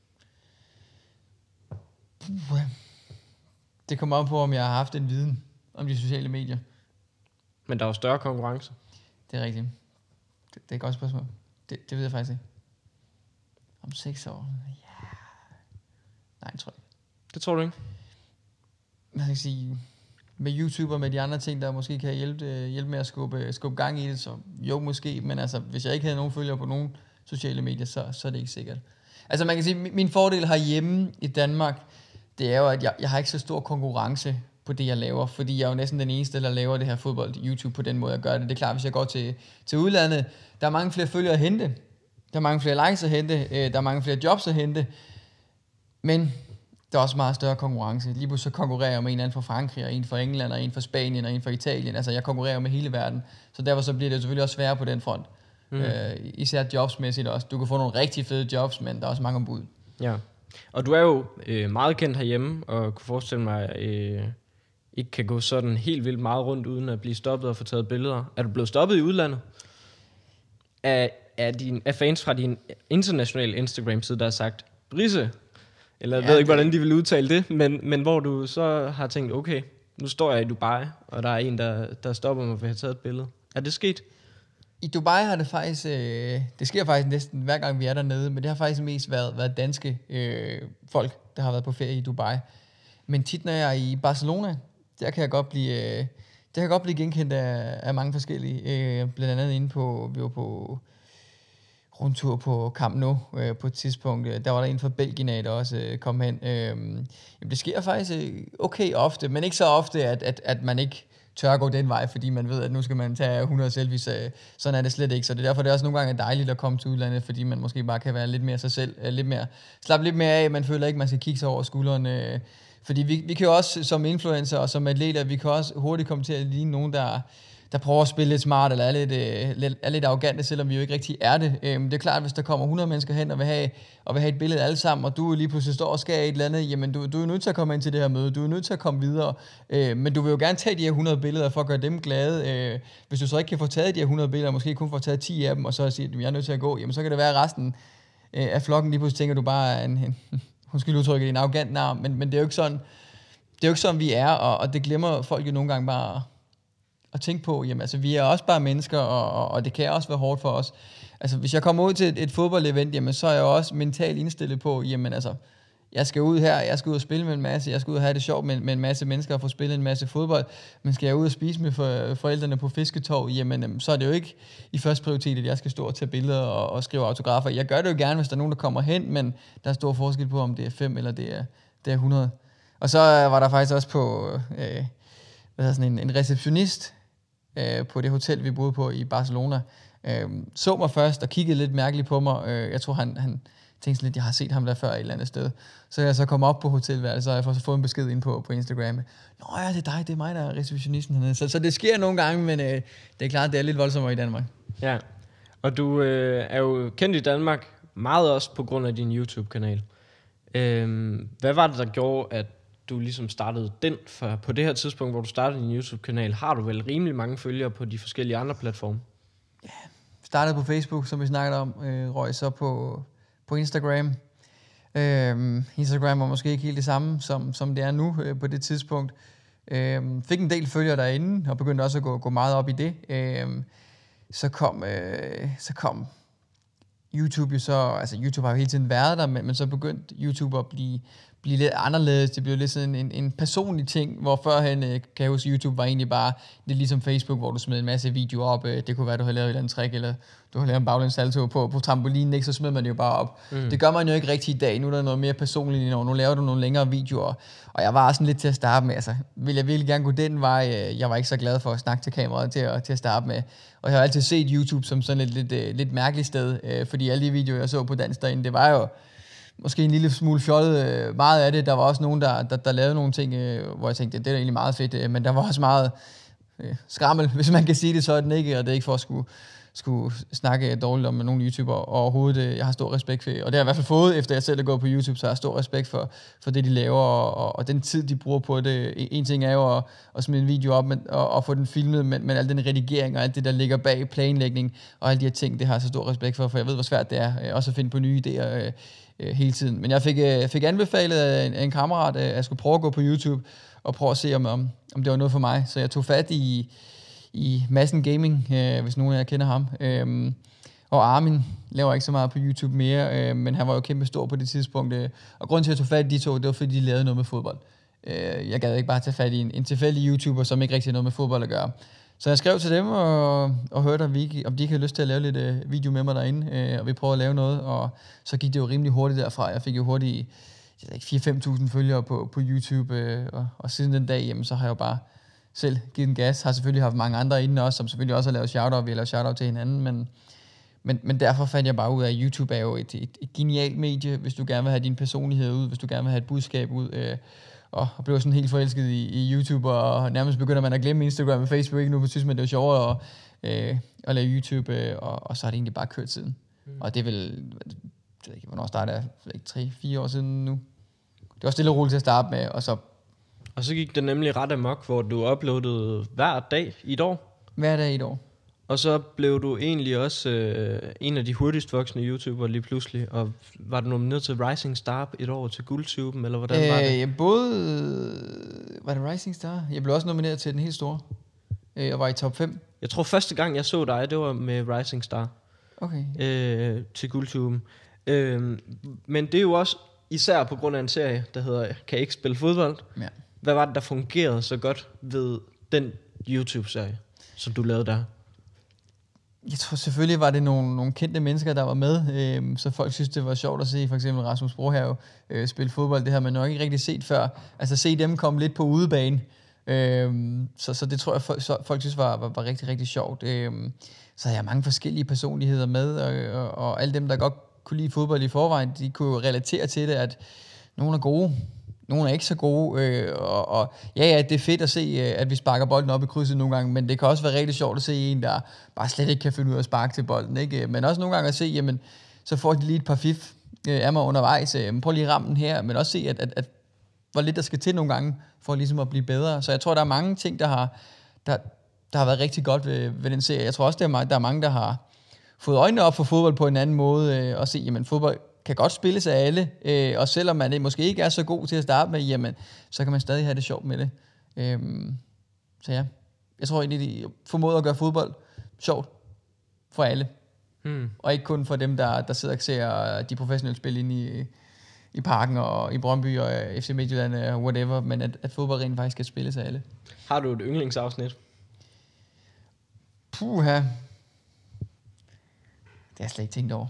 Puh. Det kommer an på, om jeg har haft en viden om de sociale medier. Men der er jo større konkurrence. Det er rigtigt. Det, det er et godt spørgsmål. Det, det ved jeg faktisk ikke. Om seks år? Ja. Nej, det tror jeg ikke. Det tror du ikke? Man kan sige, med YouTube og med de andre ting, der måske kan hjælpe, hjælpe med at skubbe, skubbe gang i det, så jo måske, men altså, hvis jeg ikke havde nogen følgere på nogen sociale medier, så, så er det ikke sikkert. Altså man kan sige, min fordel herhjemme i Danmark, det er jo, at jeg, jeg har ikke så stor konkurrence på det, jeg laver, fordi jeg er jo næsten den eneste, der laver det her fodbold YouTube på den måde, jeg gør det. Det er klart, hvis jeg går til, til udlandet, der er mange flere følgere at hente, der er mange flere likes at hente, der er mange flere jobs at hente, men der er også meget større konkurrence. Lige pludselig så konkurrerer jeg med en eller anden fra Frankrig, og en fra England, og en fra Spanien, og en fra Italien. Altså, jeg konkurrerer med hele verden. Så derfor så bliver det selvfølgelig også sværere på den front. Mm. Øh, især jobsmæssigt også. Du kan få nogle rigtig fede jobs, men der er også mange ombud. Ja, og du er jo øh, meget kendt herhjemme, og kunne forestille mig, øh, ikke kan gå sådan helt vildt meget rundt, uden at blive stoppet og få taget billeder. Er du blevet stoppet i udlandet? Er, er, din, er fans fra din internationale Instagram-side, der har sagt, Risse, eller jeg ja, ved ikke, hvordan de vil udtale det, men, men hvor du så har tænkt, okay, nu står jeg i Dubai, og der er en, der, der stopper mig for at have taget et billede. Er det sket? I Dubai har det faktisk, øh, det sker faktisk næsten hver gang vi er dernede, men det har faktisk mest været, været danske øh, folk, der har været på ferie i Dubai. Men tit når jeg er i Barcelona, der kan jeg godt blive, øh, der kan jeg godt blive genkendt af, af mange forskellige. Øh, blandt andet inde på, vi var på rundtur på Camp Nou øh, på et tidspunkt. Der var der en fra Belgien af, der også øh, kom hen. Øh, jamen, det sker faktisk øh, okay ofte, men ikke så ofte, at, at, at man ikke tør at gå den vej, fordi man ved, at nu skal man tage hundrede selfies. Sådan er det slet ikke. Så det er derfor, det er også nogle gange dejligt at komme til udlandet, fordi man måske bare kan være lidt mere sig selv, lidt mere, slappe lidt mere af, man føler ikke, man skal kigge sig over skulderen. Fordi vi, vi kan jo også som influencer og som atleter, vi kan også hurtigt komme til at ligne nogen, der, der prøver at spille lidt smart, eller er lidt, øh, er lidt arrogante, selvom vi jo ikke rigtig er det. Øhm, det er klart, at hvis der kommer hundrede mennesker hen og vil have, og vil have et billede alle sammen, og du lige pludselig står og skal et eller andet, jamen du, du er nødt til at komme ind til det her møde, du er nødt til at komme videre, øh, men du vil jo gerne tage de her hundrede billeder for at gøre dem glade. Øh, hvis du så ikke kan få taget de her hundrede billeder, måske kun få taget ti af dem, og så sige, at jeg er nødt til at gå, jamen så kan det være, at resten øh, af flokken lige pludselig tænker, du bare er en, en undskyld udtrykket, en arrogant navn, men, men det er jo ikke sådan, det er jo ikke sådan, vi er, og, og det glemmer folk jo nogle gange bare at tænke på, jamen altså, vi er også bare mennesker, og, og, og det kan også være hårdt for os. Altså, hvis jeg kommer ud til et, et fodboldevent, jamen, så er jeg også mentalt indstillet på, jamen altså, jeg skal ud her, jeg skal ud og spille med en masse, jeg skal ud og have det sjovt med, med en masse mennesker, og få spillet en masse fodbold, men skal jeg ud og spise med for, forældrene på Fisketorv, jamen, så er det jo ikke i første prioritet, at jeg skal stå og tage billeder og, og skrive autografer. Jeg gør det jo gerne, hvis der er nogen, der kommer hen, men der er stor forskel på, om det er fem eller det er, det er hundrede. Og så var der faktisk også på, øh, hvad hedder sådan en, en receptionist, på det hotel, vi boede på i Barcelona, øh, så mig først og kiggede lidt mærkeligt på mig. Øh, jeg tror, han, han tænkte sådan lidt, jeg har set ham der før et eller andet sted. Så jeg så kom op på hotelværelset, så jeg får så fået en besked ind på, på Instagram. Nå ja, det er dig, det er mig, der er receptionisten hernede. Så, så det sker nogle gange, men øh, det er klart, det er lidt voldsommere i Danmark. Ja, og du øh, er jo kendt i Danmark meget også på grund af din YouTube-kanal. Øh, hvad var det, der gjorde, at du ligesom startede den, for på det her tidspunkt, hvor du startede din YouTube-kanal, har du vel rimelig mange følgere på de forskellige andre platforme? Ja, startede på Facebook, som vi snakkede om, øh, røg så på, på Instagram. Øh, Instagram var måske ikke helt det samme, som, som det er nu øh, på det tidspunkt. Øh, fik en del følgere derinde, og begyndte også at gå, gå meget op i det. Øh, så kom, øh, så kom YouTube jo så, altså YouTube har jo hele tiden været der, men, men så begyndte YouTube at blive blive lidt anderledes. Det blev lidt sådan en, en personlig ting, hvor førhen, kan jeg huske, YouTube var egentlig bare lidt ligesom Facebook, hvor du smed en masse videoer op. Det kunne være, du havde lavet et eller andet trick, eller du har lavet en baglæns salto på, på trampolinen, ikke? Så smed man det jo bare op. Mm. Det gør man jo ikke rigtig i dag. Nu er der noget mere personligt endnu. Nu laver du nogle længere videoer. Og jeg var sådan lidt til at starte med. Altså, vil jeg virkelig gerne gå den vej? Jeg var ikke så glad for at snakke til kameraet til at, til at starte med. Og jeg har altid set YouTube som sådan et lidt, lidt, lidt mærkeligt sted, fordi alle de videoer, jeg så på dans derinde, det var jo måske en lille smule fjollet. Meget af det. Der var også nogen, der, der, der lavede nogle ting, hvor jeg tænkte, det er egentlig meget fedt, men der var også meget øh, skrammel, hvis man kan sige det sådan, ikke? Og det er ikke for at skulle, skulle snakke dårligt om nogle YouTubere overhovedet. Jeg har stor respekt for, og det har jeg i hvert fald fået, efter jeg selv er gået på YouTube, så jeg har stor respekt for, for det, de laver, og, og, og den tid, de bruger på det. En ting er jo at, at smide en video op men, og, og få den filmet, men, men al den redigering og alt det, der ligger bag planlægning, og alle de her ting, det har jeg så stor respekt for, for jeg ved, hvor svært det er, også at finde på nye idéer øh, øh, hele tiden. Men jeg fik, øh, fik anbefalet af en, af en kammerat, at jeg skulle prøve at gå på YouTube, og prøve at se, om, om, om det var noget for mig. Så jeg tog fat i i Madsen Gaming, øh, hvis nogen af jer kender ham. Øhm, og Armin laver ikke så meget på YouTube mere, øh, men han var jo kæmpe stor på det tidspunkt. Øh, og grunden til at jeg tog fat i de to, det var fordi de lavede noget med fodbold. Øh, jeg gad ikke bare tage fat i en, en tilfældig YouTuber, som ikke rigtig har noget med fodbold at gøre. Så jeg skrev til dem og, og hørte, om, vi, om de ikke havde lyst til at lave lidt øh, video med mig derinde, øh, og vi prøvede at lave noget, og så gik det jo rimelig hurtigt derfra. Jeg fik jo hurtigt fire til fem tusind følgere på, på YouTube, øh, og, og siden den dag, jamen, så har jeg jo bare selv givet den gas. Har selvfølgelig haft mange andre inde også, som selvfølgelig også har lavet shout-out. Vi har lavet shout-out til hinanden, men, Men, men derfor fandt jeg bare ud af, at YouTube er jo et, et, et genialt medie, hvis du gerne vil have din personlighed ud, hvis du gerne vil have et budskab ud. Øh, og, og blev sådan helt forelsket i, i YouTube, og nærmest begynder man at glemme Instagram og Facebook. Nu synes man, det er sjovere at, øh, at lave YouTube, øh, og, og så har det egentlig bare kørt siden. Mm. Og det er vel, jeg ved ikke, hvornår startede jeg, tre fire år siden nu. Det var stille og roligt til at starte med, og så... Og så gik det nemlig ret amok, hvor du uploadede hver dag i et år. Hver dag i et år. Og så blev du egentlig også øh, en af de hurtigst voksne YouTubere lige pludselig. Og var du nomineret til Rising Star et år til Guldtuben, eller hvordan øh, var det? Ja, både... Var det Rising Star? Jeg blev også nomineret til den helt store. Jeg var i top fem. Jeg tror første gang jeg så dig, det var med Rising Star. Okay. Øh, til Guldtuben. Øh, men det er jo også især på grund af en serie, der hedder Kan I ikke spille fodbold? Ja. Hvad var det, der fungerede så godt ved den YouTube-serie, som du lavede der? Jeg tror selvfølgelig var det nogle, nogle kendte mennesker, der var med, øh, så folk synes, det var sjovt at se for eksempel Rasmus Brohave øh, spille fodbold. Det har man nok ikke rigtig set før. Altså se dem komme lidt på udebane. Øh, så, så det tror jeg, folk, så, folk synes var, var, var rigtig, rigtig sjovt. Øh, så har jeg mange forskellige personligheder med, og, og, og alle dem, der godt kunne lide fodbold i forvejen, de kunne relatere til det, at nogle er gode, nogle er ikke så gode, øh, og, og ja, ja, det er fedt at se, at vi sparker bolden op i krydset nogle gange, men det kan også være rigtig sjovt at se en, der bare slet ikke kan finde ud af at sparke til bolden, ikke? Men også nogle gange at se, jamen, så får de lige et par fif øh, af mig undervejs, øh, prøv lige at ramme den her, men også se, at, at, at hvor lidt der skal til nogle gange, for ligesom at blive bedre. Så jeg tror, der er mange ting, der har, der, der har været rigtig godt ved, ved den serie. Jeg tror også, der er, der er mange, der har fået øjnene op for fodbold på en anden måde, øh, og se, jamen fodbold kan godt spilles af alle, øh, og selvom man måske ikke er så god til at starte med, jamen, så kan man stadig have det sjovt med det. Øhm, så ja, jeg tror egentlig, de formåede at gøre fodbold sjovt for alle. Hmm. Og ikke kun for dem, der, der sidder og ser de professionelle spil inde i, i Parken og i Brøndby og F C Midtjylland og whatever, men at, at fodbold rent faktisk kan spilles af alle. Har du et yndlingsafsnit? Puha. Det har jeg slet ikke tænkt over.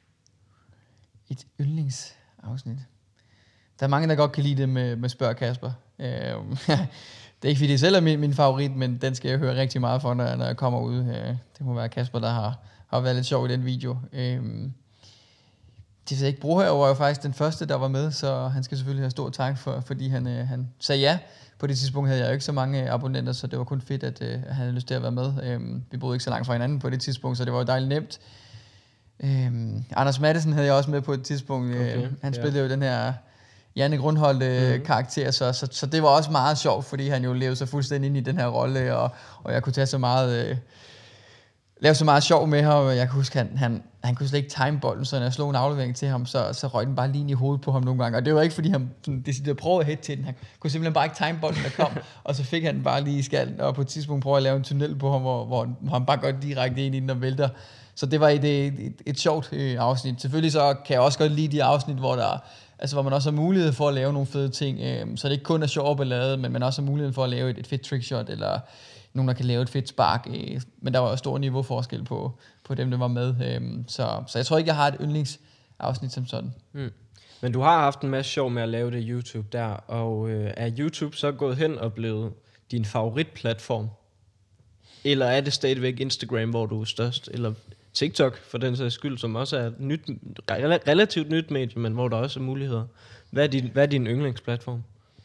Et yndlingsafsnit. Der er mange, der godt kan lide det med, med Spørg Kasper. Øh, det er ikke fordi det selv er min, min favorit, men den skal jeg høre rigtig meget for, når, når jeg kommer ud. Øh, det må være Kasper, der har, har været lidt sjov i den video. Øh, det ved jeg ikke. Brohøj var jo faktisk den første, der var med, så han skal selvfølgelig have stor tak for, fordi han, øh, han sagde ja. På det tidspunkt havde jeg jo ikke så mange abonnenter, så det var kun fedt, at, øh, at han havde lyst til at være med. Øh, vi boede ikke så langt fra hinanden på det tidspunkt, så det var jo dejligt nemt. Øhm, Anders Mattesen havde jeg også med på et tidspunkt. Okay, øh, han spillede ja. jo den her Janne Grundholt øh, mm-hmm. karakter, så, så, så det var også meget sjovt, fordi han jo levede sig fuldstændig ind i den her rolle, og, og jeg kunne tage så meget, øh, lave så meget sjov med ham. Jeg kan huske, han, han, han kunne slet ikke time bolden, så når jeg slog en aflevering til ham, så, så røg den bare lige i hovedet på ham nogle gange. Og det var ikke, fordi han decideret prøvede at hætte til den. Han kunne simpelthen bare ikke time bolden, der kom, og så fik han den bare lige i skallen, og på et tidspunkt prøvede at lave en tunnel på ham, hvor, hvor, hvor han bare går direkte ind i den og vælter. Så det var et, et, et, et sjovt øh, afsnit. Selvfølgelig så kan jeg også godt lide de afsnit, hvor, der, altså, hvor man også har mulighed for at lave nogle fede ting. Øh, så det ikke kun er sjov ballade, men man også har mulighed for at lave et, et fedt trickshot, eller nogen, der kan lave et fedt spark. Øh, men der var jo stor niveauforskel på, på dem, der var med. Øh, så, så jeg tror ikke, jeg har et yndlingsafsnit som sådan. Mm. Men du har haft en masse sjov med at lave det YouTube der, og øh, er YouTube så gået hen og blevet din favoritplatform? Eller er det stadigvæk Instagram, hvor du er størst? Eller TikTok, for den sags skyld, som også er et nyt, relativt nyt medie, men hvor der også er muligheder. Hvad er din, hvad er din yndlingsplatform?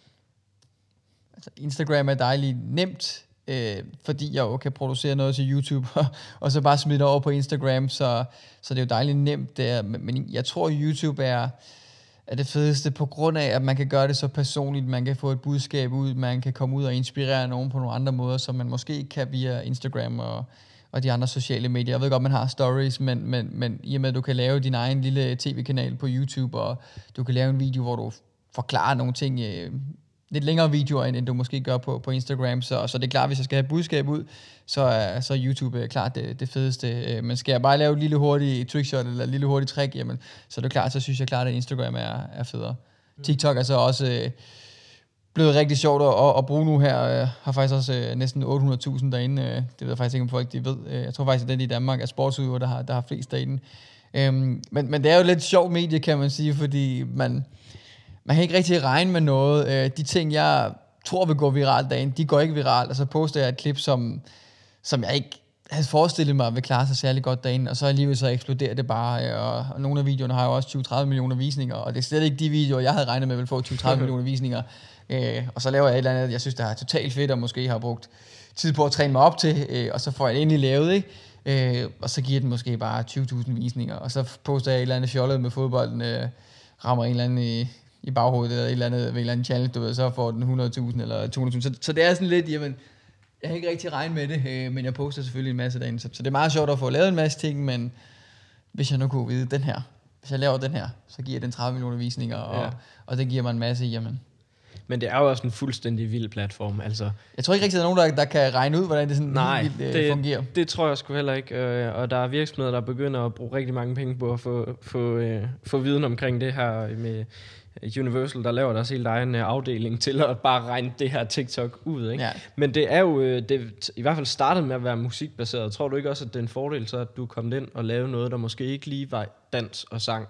Altså, Instagram er dejligt nemt, øh, fordi jeg jo kan producere noget til YouTube, og, og så bare smide over på Instagram, så, så det er jo dejligt nemt der. Men, men jeg tror, YouTube er, er det fedeste på grund af, at man kan gøre det så personligt, man kan få et budskab ud, man kan komme ud og inspirere nogen på nogle andre måder, som man måske ikke kan via Instagram og og de andre sociale medier. Jeg ved godt, man har stories, men, men, men i og med, at du kan lave din egen lille tv-kanal på YouTube, og du kan lave en video, hvor du forklarer nogle ting, øh, lidt længere videoer, end, end du måske gør på, på Instagram, så, så det er klart, hvis jeg skal have budskab ud, så er så YouTube er klart det, det fedeste. Men skal jeg bare lave et lille hurtigt trickshot, eller et lille hurtigt trick, jamen, så er det klart, så synes jeg klart, at Instagram er, er federe. Mm. TikTok er så også øh, blevet rigtig sjovt at, at bruge nu her. Jeg har faktisk også øh, næsten otte hundrede tusind derinde. Det ved jeg faktisk ikke, om folk de ved. Jeg tror faktisk, at den i Danmark er sportsudøver, der har, der har flest derinde. Øhm, men, men det er jo lidt sjov medie, kan man sige, fordi man, man kan ikke rigtig regne med noget. De ting, jeg tror vil gå viralt derinde, de går ikke viralt. Og så poster jeg et klip, som, som jeg ikke havde forestillet mig, at vi klare sig særlig godt derinde, og så alligevel så eksploderer det bare, og, og nogle af videoerne har jo også tyve til tredive millioner visninger, og det er slet ikke de videoer, jeg havde regnet med, at ville få tyve til tredive millioner visninger, øh, og så laver jeg et eller andet, jeg synes, der er totalt fedt, og måske har brugt tid på at træne mig op til, øh, og så får jeg det endelig lavet, ikke? Øh, og så giver den måske bare tyve tusind visninger, og så poster jeg et eller andet fjollet med fodbolden, øh, rammer en eller anden i, i baghovedet, eller et eller andet, ved en eller anden challenge, du ved, så får den hundrede tusind eller to hundrede tusind, så, så det er sådan lidt, jamen, jeg har ikke rigtig regnet med det, øh, men jeg poster selvfølgelig en masse derinde, så, så det er meget sjovt at få lavet en masse ting, men hvis jeg nu kunne vide den her, hvis jeg laver den her, så giver den tredive millioner visninger, og, ja. og det giver mig en masse, jamen. Men det er jo også en fuldstændig vild platform, altså. Jeg tror ikke rigtig, at der er nogen, der, der kan regne ud, hvordan det sådan Nej, helt vildt, øh, det, fungerer. det tror jeg sgu heller ikke, øh, og der er virksomheder, der begynder at bruge rigtig mange penge på at få, få, øh, få viden omkring det her med Universal, der laver deres helt egen afdeling til at bare regne det her TikTok ud, ikke? Ja. Men det er jo, det i hvert fald startet med at være musikbaseret. Tror du ikke også, at det er en fordel så, at du kom ind og lavede noget, der måske ikke lige var dans og sang?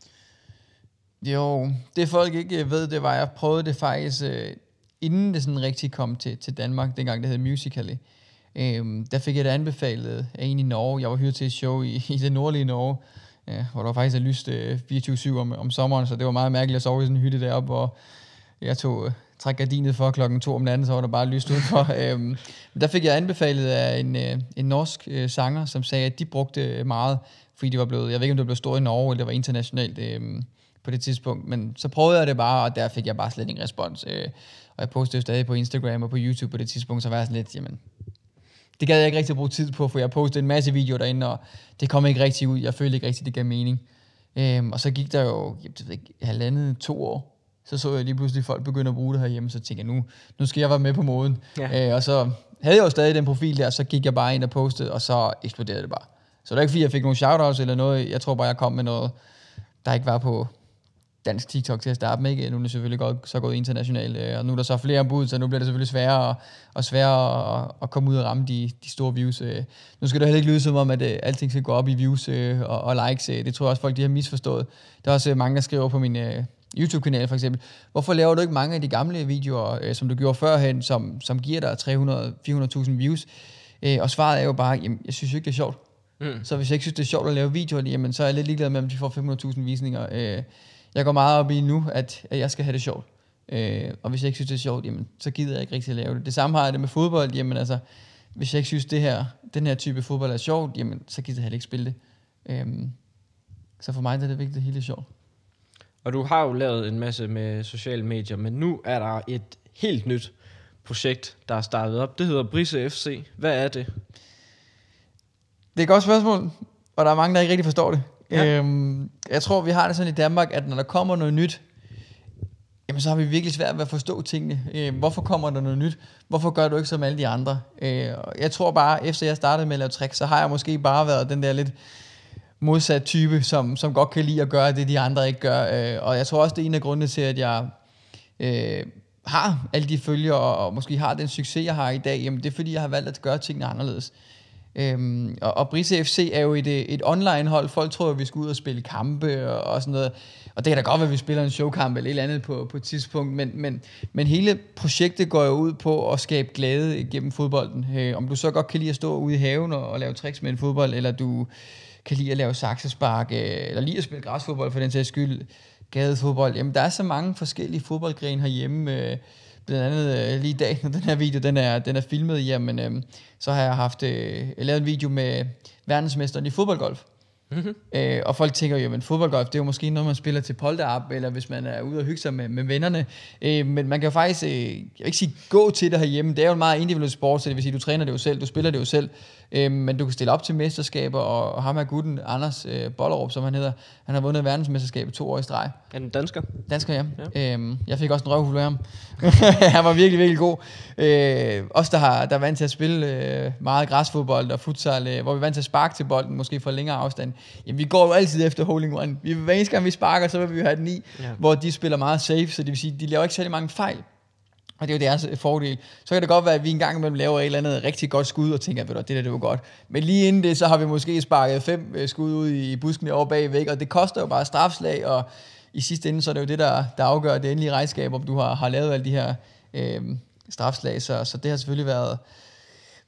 Jo, det folk ikke ved, det var, jeg prøvede det faktisk, øh, inden det sådan rigtig kom til, til Danmark, dengang det hed Musical.ly. Øhm, der fik jeg det anbefalet af en i Norge. Jeg var hyret til et show i, i det nordlige Norge, ja, hvor der faktisk er lyst øh, fireogtyve syv om, om sommeren, så det var meget mærkeligt at sove i sådan en hytte deroppe, hvor jeg tog øh, træk gardinet for klokken to om natten, så var der bare lyst udenfor. øhm, der fik jeg anbefalet af en, øh, en norsk øh, sanger, som sagde, at de brugte meget, fordi de var blevet, jeg ved ikke om det blev stort i Norge, eller det var internationalt øh, på det tidspunkt, men så prøvede jeg det bare, og der fik jeg bare slet ingen respons. Øh, og jeg postede jo stadig på Instagram og på YouTube på det tidspunkt, så var jeg sådan lidt, jamen, det gad jeg ikke rigtig bruge tid på, for jeg postede en masse videoer derinde, og det kom ikke rigtig ud. Jeg følte ikke rigtig, det gav mening. Øhm, og så gik der jo, jeg ved ikke, halvandet, to år. Så så jeg lige pludselig folk begynde at bruge det herhjemme, så tænkte jeg, nu, nu skal jeg være med på moden. Ja. Øh, og så havde jeg jo stadig den profil der, så gik jeg bare ind og postede, og så eksploderede det bare. Så det er ikke fordi, jeg fik nogle shoutouts eller noget. Jeg tror bare, jeg kom med noget, der ikke var på dansk TikTok til at starte med, ikke? Nu er det selvfølgelig godt, så gået internationalt, og nu er der så flere ombud, så nu bliver det selvfølgelig sværere og, og sværere at, at komme ud og ramme de, de store views. Nu skal det heller ikke lyde som om, at uh, alting skal gå op i views uh, og, og likes. Uh, det tror jeg også, folk de har misforstået. Der er også uh, mange, der skriver på min uh, YouTube-kanal for eksempel, hvorfor laver du ikke mange af de gamle videoer, uh, som du gjorde førhen, som, som giver dig tre hundrede til fire hundrede tusind views? Uh, og svaret er jo bare, jamen, jeg synes jo ikke, det er sjovt. Mm. Så hvis jeg ikke synes, det er sjovt at lave videoer, jamen, så er jeg lidt ligeglad med, om de får fem hundrede tusind visninger. Uh, Jeg går meget op i nu, at, at jeg skal have det sjovt. Øh, og hvis jeg ikke synes, det er sjovt, jamen, så gider jeg ikke rigtig at lave det. Det samme har jeg det med fodbold. Jamen, altså, hvis jeg ikke synes, det her, den her type fodbold er sjovt, jamen, så gider jeg heller ikke spille det. Øh, så for mig er det vigtigt, at det hele er sjovt. Og du har jo lavet en masse med sociale medier, men nu er der et helt nyt projekt, der er startet op. Det hedder Brise F C. Hvad er det? Det er et godt spørgsmål, og der er mange, der ikke rigtig forstår det. Ja. Øhm, jeg tror, vi har det sådan i Danmark, at når der kommer noget nyt, jamen så har vi virkelig svært ved at forstå tingene. Øh, hvorfor kommer der noget nyt? Hvorfor gør du ikke som alle de andre? Øh, jeg tror bare, efter jeg startede med at lave tricks, så har jeg måske bare været den der lidt modsat type, som, som godt kan lide at gøre det, de andre ikke gør. Øh, og jeg tror også, det er en af grundene til, at jeg øh, har alle de følgere, og, og måske har den succes, jeg har i dag. Jamen det er, fordi jeg har valgt at gøre tingene anderledes. Øhm, og, og Brise F C er jo et, et online hold. Folk tror, at vi skal ud og spille kampe og, og sådan noget. Og det kan da godt være, at vi spiller en showkamp eller et eller andet på, på et tidspunkt. Men, men, men hele projektet går jo ud på at skabe glæde gennem fodbolden. Øh, om du så godt kan lide at stå ude i haven og, og lave tricks med en fodbold, eller du kan lide at lave saksespark, øh, eller lide at spille græsfodbold for den sags skyld, gadefodbold. Jamen der er så mange forskellige fodboldgrene herhjemme. Øh, Blandt andet øh, lige i dag, når den her video den er, den er filmet, jamen, øh, så har jeg haft øh, jeg lavet en video med verdensmesteren i fodboldgolf. Mm-hmm. Øh, og folk tænker jo, men fodboldgolf, det er jo måske noget, man spiller til polterab, eller hvis man er ude og hygge sig med, med vennerne. Øh, men man kan jo faktisk, øh, jeg vil ikke sige gå til det herhjemme, det er jo en meget individuel sport, så det vil sige, du træner det jo selv, du spiller det jo selv, øh, men du kan stille op til mesterskaber, og, og ham her gutten, Anders øh, Bollerup, som han hedder, han har vundet verdensmesterskabet to år i streg. Er den dansker? Dansker, ja. ja. Øh, jeg fik også en røvhul af ham. Han var virkelig, virkelig god. Øh, os, der, har, der er vant til at spille øh, meget græsfodbold og futsal, øh, hvor vi er vant til at sparke til bolden, måske fra længere afstand. Jamen, vi går jo altid efter holding one. Vi, hver eneste gang vi sparker, så vil vi have den i, ja. Hvor de spiller meget safe, så det vil sige, de laver ikke særlig mange fejl. Og det er jo deres fordel. Så kan det godt være, at vi en gang imellem laver et eller andet rigtig godt skud, og tænker, ved du, det der, det var godt. Men lige inden det, så har vi måske sparket fem skud ud i busken over bagvæk, og det koster jo bare strafslag, og i sidste ende, så er det jo det, der, der afgør det endelige regnskab, om du har, har lavet alle de her øh, strafslag. Så, så det har selvfølgelig været,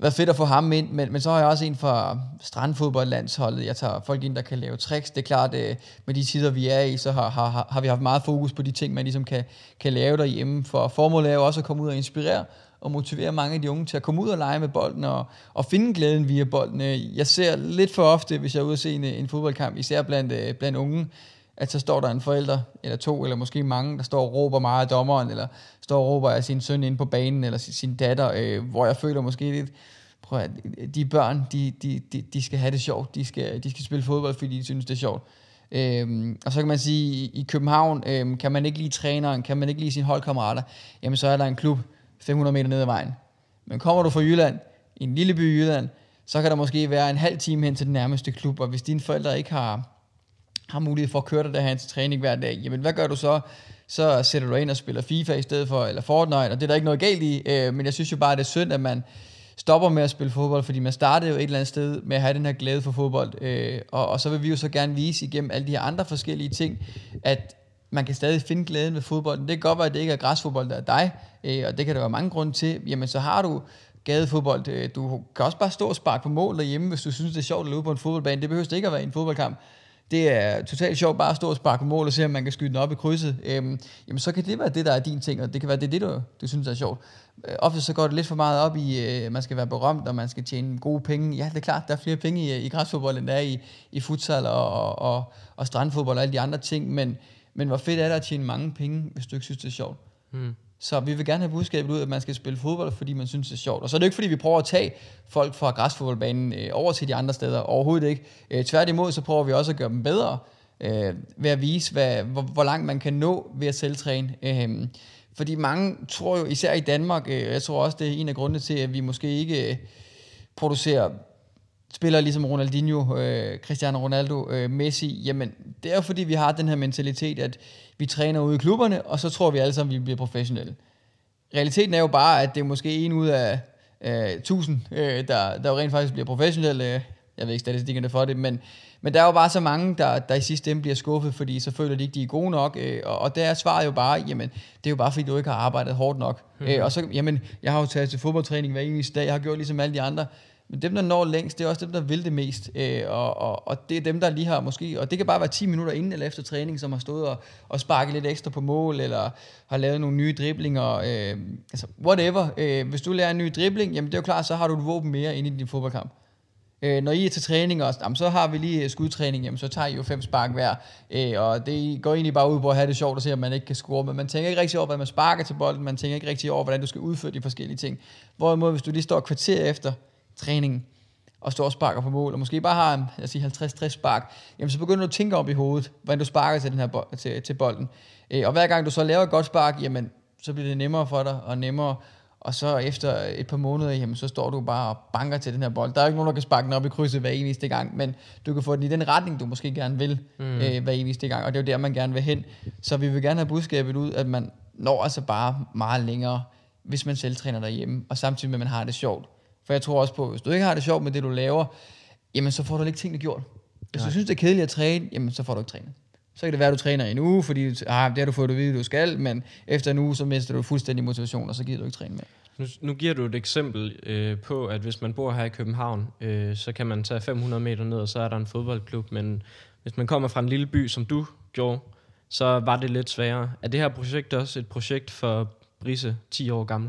været fedt at få ham ind, men, men så har jeg også en fra strandfodboldlandsholdet. Jeg tager folk ind, der kan lave tricks. Det er klart, øh, med de tider, vi er i, så har, har, har vi haft meget fokus på de ting, man ligesom kan, kan lave derhjemme. For formålet er jo også at komme ud og inspirere og motivere mange af de unge til at komme ud og lege med bolden og, og finde glæden via bolden. Jeg ser lidt for ofte, hvis jeg er ude og se en, en fodboldkamp, især blandt, blandt unge, at så står der en forælder, eller to, eller måske mange, der står og råber meget af dommeren, eller står og råber af sin søn inde på banen, eller sin datter, øh, hvor jeg føler måske lidt, prøv at, de børn, de, de, de, de skal have det sjovt, de skal, de skal spille fodbold, fordi de synes, det er sjovt. Øhm, og så kan man sige, i, i København, øhm, kan man ikke lide træneren, kan man ikke lide sine holdkammerater, jamen så er der en klub fem hundrede meter ned ad vejen. Men kommer du fra Jylland, i en lille by i Jylland, så kan der måske være en halv time hen til den nærmeste klub, og hvis dine forældre ikke har har mulighed for at køre dig derhen til træning hver dag, jamen hvad gør du så? Så sætter du ind og spiller FIFA i stedet for, eller Fortnite, og det er der ikke noget galt i, øh, men jeg synes jo bare, det er synd, at man stopper med at spille fodbold, fordi man startede jo et eller andet sted med at have den her glæde for fodbold, øh, og, og så vil vi jo så gerne vise igennem alle de her andre forskellige ting, at man kan stadig finde glæden ved fodbolden. Det kan godt være, at det ikke er græsfodbold, der er dig, øh, og det kan der være mange grunde til, jamen så har du gadefodbold, øh, du kan også bare stå og sparke på mål derhjemme, hvis du synes, det er sjovt at løbe på en fodboldbane, det behøver ikke at være i en fodboldkamp. Det er totalt sjovt bare at stå og sparke på mål og se, om man kan skyde den op i krydset. Øhm, jamen så kan det være det, der er din ting, og det kan være det, det du, du synes er sjovt. Øh, ofte så går det lidt for meget op i, øh, man skal være berømt, og man skal tjene gode penge. Ja, det er klart, der er flere penge i, i græsfodbold, end der er i, i futsal og, og, og, og strandfodbold og alle de andre ting. Men, men hvor fedt er det at tjene mange penge, hvis du ikke synes, det er sjovt. Mm. Så vi vil gerne have budskabet ud, at man skal spille fodbold, fordi man synes, det er sjovt. Og så er det ikke, fordi vi prøver at tage folk fra græsfodboldbanen øh, over til de andre steder. Overhovedet ikke. Øh, tværtimod, så prøver vi også at gøre dem bedre, øh, ved at vise, hvad, hvor, hvor langt man kan nå ved at selvtræne. Øh, fordi mange tror jo, især i Danmark, øh, jeg tror også, det er en af grundene til, at vi måske ikke øh, producerer spillere ligesom Ronaldinho, øh, Cristiano Ronaldo, øh, Messi, jamen det er jo fordi, vi har den her mentalitet, at vi træner ude i klubberne, og så tror vi alle sammen, at vi bliver professionelle. Realiteten er jo bare, at det er måske en ud af øh, tusind, øh, der, der jo rent faktisk bliver professionelle. Jeg ved ikke statistikkerne for det, men, men der er jo bare så mange, der, der i sidste ende bliver skuffet, fordi så føler de ikke, de er gode nok, øh, og, og der er svaret jo bare, jamen det er jo bare fordi, du ikke har arbejdet hårdt nok. Mm-hmm. Øh, og så, jamen, jeg har jo taget til fodboldtræning hver eneste dag, jeg har gjort ligesom alle de andre, men dem, der når længst, det er også dem, der vil det mest. Øh, og, og, og det er dem, der lige har måske... Og det kan bare være ti minutter inden eller efter træning, som har stået og, og sparket lidt ekstra på mål, eller har lavet nogle nye driblinger. Øh, altså, whatever. Øh, hvis du lærer en ny dribling, jamen det er jo klart, så har du et våben mere inde i din fodboldkamp. Øh, når I er til træning også, jamen, så har vi lige skudtræning, jamen, så tager I jo fem spark hver. Øh, og det går egentlig bare ud på at have det sjovt og se, at man ikke kan score. Men man tænker ikke rigtig over, hvad man sparker til bolden. Man tænker ikke rigtig over, hvordan du skal udføre de forskellige ting. Hvorimod, hvis du lige står et kvarter efter træningen, og står og sparker på mål, og måske bare har en, jeg siger halvtreds tres spark, jamen så begynder du at tænke op i hovedet, hvordan du sparker til, den her bo- til, til bolden. Øh, og hver gang du så laver et godt spark, jamen så bliver det nemmere for dig, og nemmere, og så efter et par måneder, jamen så står du bare og banker til den her bold. Der er ikke nogen, der kan sparke den op i krydset hver eneste gang, men du kan få den i den retning, du måske gerne vil, mm. øh, hver eneste gang, og det er jo der, man gerne vil hen. Så vi vil gerne have budskabet ud, at man når altså bare meget længere, hvis man selv træner derhjemme, og samtidig med, at man har det sjovt. For jeg tror også på, hvis du ikke har det sjovt med det, du laver, jamen så får du ikke tingene gjort. Hvis Nej. du synes, det er kedeligt at træne, jamen så får du ikke trænet. Så kan det være, at du træner i en uge, fordi ah, det har du fået at vide, du skal, men efter en uge, så mister du fuldstændig motivation, og så giver du ikke træne mere. Nu, nu giver du et eksempel øh, på, at hvis man bor her i København, øh, så kan man tage fem hundrede meter ned, og så er der en fodboldklub, men hvis man kommer fra en lille by, som du gjorde, så var det lidt sværere. Er det her projekt også et projekt for Brisse, ti år gammel?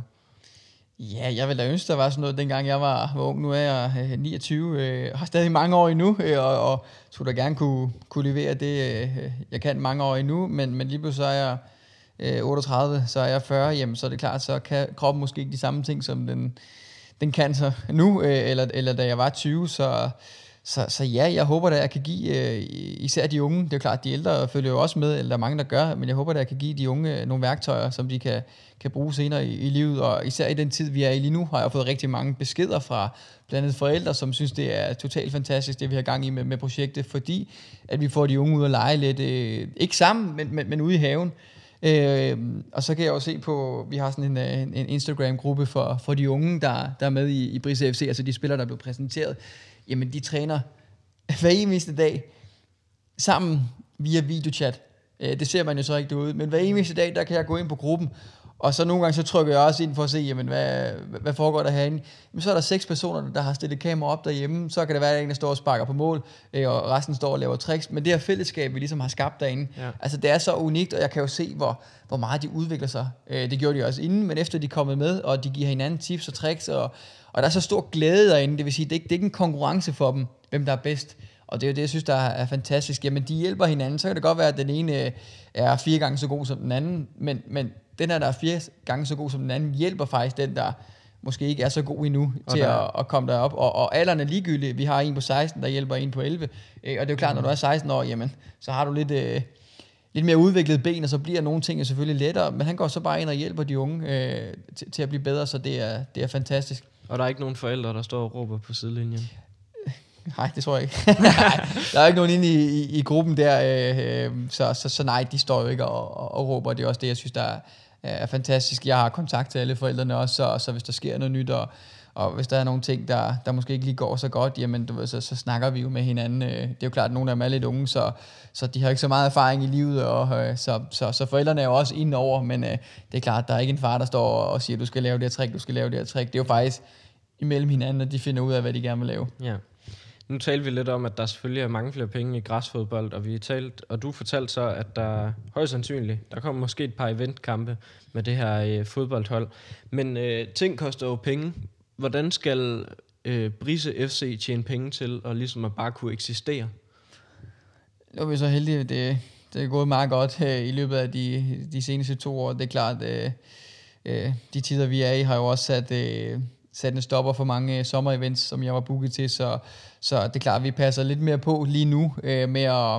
Ja, jeg ville da ønske, der var sådan noget, dengang jeg var, var ung. Nu er jeg øh, niogtyve, øh, har stadig mange år endnu, øh, og, og skulle da gerne kunne, kunne levere det, øh, jeg kan mange år endnu, men, men lige pludselig så er jeg øh, otteogtredive, så er jeg fyrre, jamen, så er det klart, så kan kroppen måske ikke de samme ting, som den, den kan så nu, øh, eller, eller da jeg var tyve, så... Så, så ja, jeg håber, at jeg kan give, øh, især de unge, det er jo klart, de ældre følger jo også med, eller der er mange, der gør, men jeg håber, at jeg kan give de unge nogle værktøjer, som de kan, kan bruge senere i, i livet, og især i den tid, vi er i lige nu, har jeg fået rigtig mange beskeder fra blandt andet forældre, som synes, det er totalt fantastisk, det vi har gang i med, med projektet, fordi at vi får de unge ud og lege lidt, øh, ikke sammen, men, men, men ude i haven. Øh, og så kan jeg jo se på, vi har sådan en, en, en Instagram-gruppe for, for de unge, der, der er med i, i Brisse F C, altså de spillere, der er blevet præsenteret. Jamen, de træner hver eneste dag sammen via videochat. Det ser man jo så ikke derude, men hver eneste dag, der kan jeg gå ind på gruppen, Og så nogle gange så trykker jeg også ind for at se, jamen, hvad, hvad foregår der herinde. Men så er der seks personer, der har stillet kamera op derhjemme. Så kan det være, at en, der står og sparker på mål, og resten står og laver tricks. Men det her fællesskab, vi ligesom har skabt derinde, ja. altså det er så unikt, og jeg kan jo se, hvor, hvor meget de udvikler sig. Det gjorde de også inden, men efter de er kommet med, og de giver hinanden tips og tricks, og, og der er så stor glæde derinde. Det vil sige, det er ikke, det er ikke en konkurrence for dem, hvem der er bedst. Og det er jo det, jeg synes, der er fantastisk. Jamen, de hjælper hinanden. Så kan det godt være, at den ene er fire gange så god som den anden, men, men den her, der er fire gange så god som den anden, hjælper faktisk den, der måske ikke er så god endnu, til der... at, at komme derop. Og, og alderen er ligegyldig. Vi har en på seksten, der hjælper en på elleve. Øh, og det er jo klart, mm. når du er seksten år, jamen, så har du lidt, øh, lidt mere udviklet ben, og så bliver nogle ting selvfølgelig lettere. Men han går så bare ind og hjælper de unge øh, til, til at blive bedre, så det er, det er fantastisk. Og der er ikke nogen forældre, der står og råber på sidelinjen? Nej, det tror jeg ikke. Nej, der er ikke nogen inde i, i, i gruppen der, øh, øh, så, så, så nej, de står jo ikke og, og, og råber. Det er også det, jeg synes, der er, er fantastisk. Jeg har kontakt til alle forældrene også, så, så hvis der sker noget nyt, og, og hvis der er nogle ting, der, der måske ikke lige går så godt, jamen du ved, så, så snakker vi jo med hinanden. Det er jo klart, at nogle af dem er lidt unge, så, så de har ikke så meget erfaring i livet, og, øh, så, så, så forældrene er jo også inde over, men øh, det er klart, der er ikke en far, der står og siger, du skal lave det her trick, du skal lave det her trick. Det er jo faktisk imellem hinanden, at de finder ud af, hvad de gerne vil lave. Ja. Nu talte vi lidt om, at der selvfølgelig er mange flere penge i græsfodbold, og vi talt, og du fortalte så, at der højst sandsynligt, der kommer måske et par eventkampe med det her øh, fodboldhold. Men øh, ting koster jo penge. Hvordan skal øh, Brise F C tjene penge til, og ligesom at bare kunne eksistere? Nu er vi så heldige, at det, det er gået meget godt øh, i løbet af de, de seneste to år. Det er klart, øh, øh, de tider vi er i, har jo også sat... Øh, sat en stopper for mange sommerevents, som jeg var booket til, så, så det er klart, at vi passer lidt mere på lige nu øh, med, at,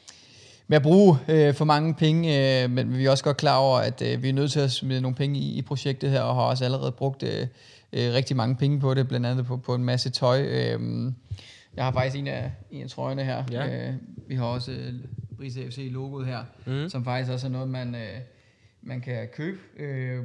med at bruge øh, for mange penge, øh, men vi er også godt klar over, at øh, vi er nødt til at smide nogle penge i, i projektet her, og har også allerede brugt øh, øh, rigtig mange penge på det, blandt andet på, på en masse tøj. Øh, jeg har faktisk en af, en af trøjerne her. Ja. Øh, vi har også øh, Brise F C-logoet her, mm. som faktisk også er noget, man, øh, man kan købe, øh,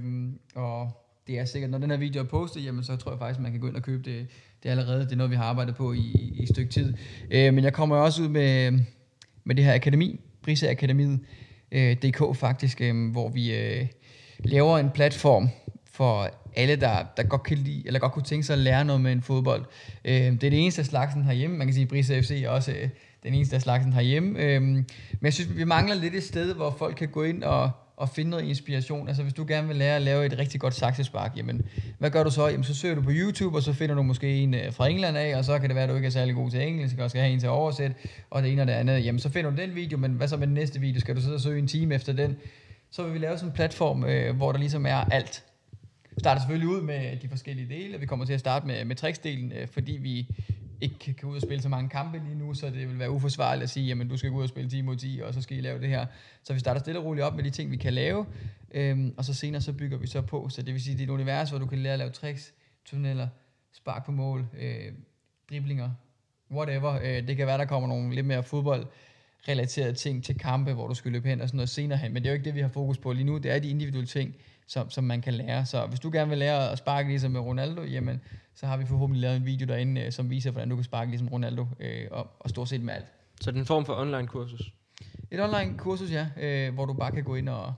og det er sikkert, når den her video er postet, jamen så tror jeg faktisk, man kan gå ind og købe det. Det er allerede, det er noget, vi har arbejdet på i, i et stykke tid. Øh, men jeg kommer også ud med, med det her akademi, Brise Akademiet, øh, D K faktisk, øh, hvor vi øh, laver en platform for alle, der, der godt kan lide, eller godt kunne tænke sig at lære noget med en fodbold. Øh, det er det eneste af slagsen herhjemme. Man kan sige, at Brise F C er også øh, den eneste af slagsen herhjemme. Øh, men jeg synes, vi mangler lidt et sted, hvor folk kan gå ind og og finde noget inspiration. Altså hvis du gerne vil lære at lave et rigtig godt saksespark, jamen hvad gør du så? Jamen så søger du på YouTube, og så finder du måske en fra England af, og så kan det være, at du ikke er særlig god til engelsk, og skal have en til at oversætte, og det ene og det andet. Jamen så finder du den video, men hvad så med den næste video? Skal du sidde og søge en time efter den? Så vil vi lave sådan en platform, øh, hvor der ligesom er alt. Vi starter selvfølgelig ud med de forskellige dele, vi kommer til at starte med, med tricksdelen, øh, fordi vi ikke kan ud og spille så mange kampe lige nu, så det vil være uforsvarligt at sige, jamen du skal gå ud og spille ti mod ti, og så skal I lave det her. Så vi starter stille og roligt op med de ting, vi kan lave, øhm, og så senere så bygger vi så på. Så det vil sige, det er et univers, hvor du kan lære at lave tricks, tunneller, spark på mål, øh, driblinger, whatever. Øh, det kan være, der kommer nogle lidt mere fodboldrelaterede ting til kampe, hvor du skal løbe hen og sådan noget senere hen, men det er jo ikke det, vi har fokus på lige nu. Det er de individuelle ting, som, som man kan lære. Så hvis du gerne vil lære at sparke ligesom med Ronaldo, jamen så har vi forhåbentlig lavet en video derinde, som viser, hvordan du kan sparke ligesom Ronaldo, øh, og, og stort set med alt. Så det er en form for online kursus? Et online kursus, ja, øh, hvor du bare kan gå ind og,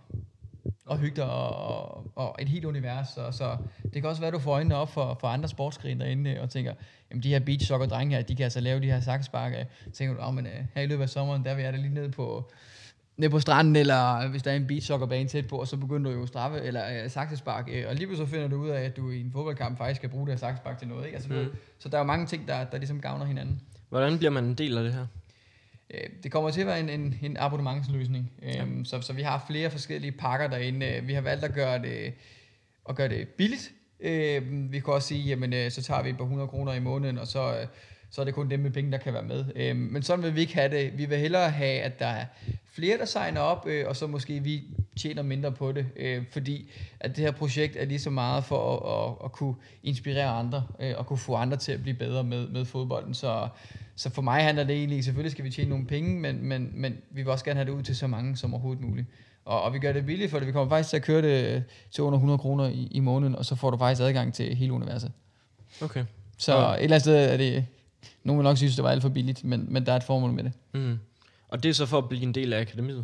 og hygge dig, og, og, og et helt univers. Så, så det kan også være, at du får øjnene op for, for andre sportsgrene derinde, og tænker, jamen de her beach soccer drenge her, de kan altså lave de her saksespark. Så tænker du, oh, men, øh, her i løbet af sommeren, der vil jeg da lige ned på... ned på stranden, eller hvis der er en beachsoccerbane tæt på, og så begynder du jo straffe, eller øh, saksespark, øh, og lige så finder du ud af, at du i en fodboldkamp faktisk skal bruge det her saksespark til noget, ikke? Altså, mm. Så der er jo mange ting, der, der ligesom gavner hinanden. Hvordan bliver man en del af det her? Øh, det kommer til at være en, en, en abonnementsløsning, øh, ja. så, så vi har flere forskellige pakker derinde. Vi har valgt at gøre det, at gøre det billigt. Øh, vi kan også sige, jamen øh, så tager vi et par hundrede kroner i måneden, og så... Øh, så er det kun dem med penge, der kan være med. Øhm, men sådan vil vi ikke have det. Vi vil hellere have, at der er flere, der signer op, øh, og så måske vi tjener mindre på det, øh, fordi at det her projekt er lige så meget for at, at, at kunne inspirere andre, øh, og kunne få andre til at blive bedre med, med fodbolden. Så, så for mig handler det egentlig, selvfølgelig skal vi tjene nogle penge, men, men, men vi vil også gerne have det ud til så mange som overhovedet muligt. Og, og vi gør det billigt for det. Vi kommer faktisk til at køre det til under hundrede kroner i, i måneden, og så får du faktisk adgang til hele universet. Okay. Så ja. Et eller andet sted er det... Nogle vil nok synes, det var alt for billigt, men, men der er et formål med det. Mm. Og det er så for at blive en del af akademiet?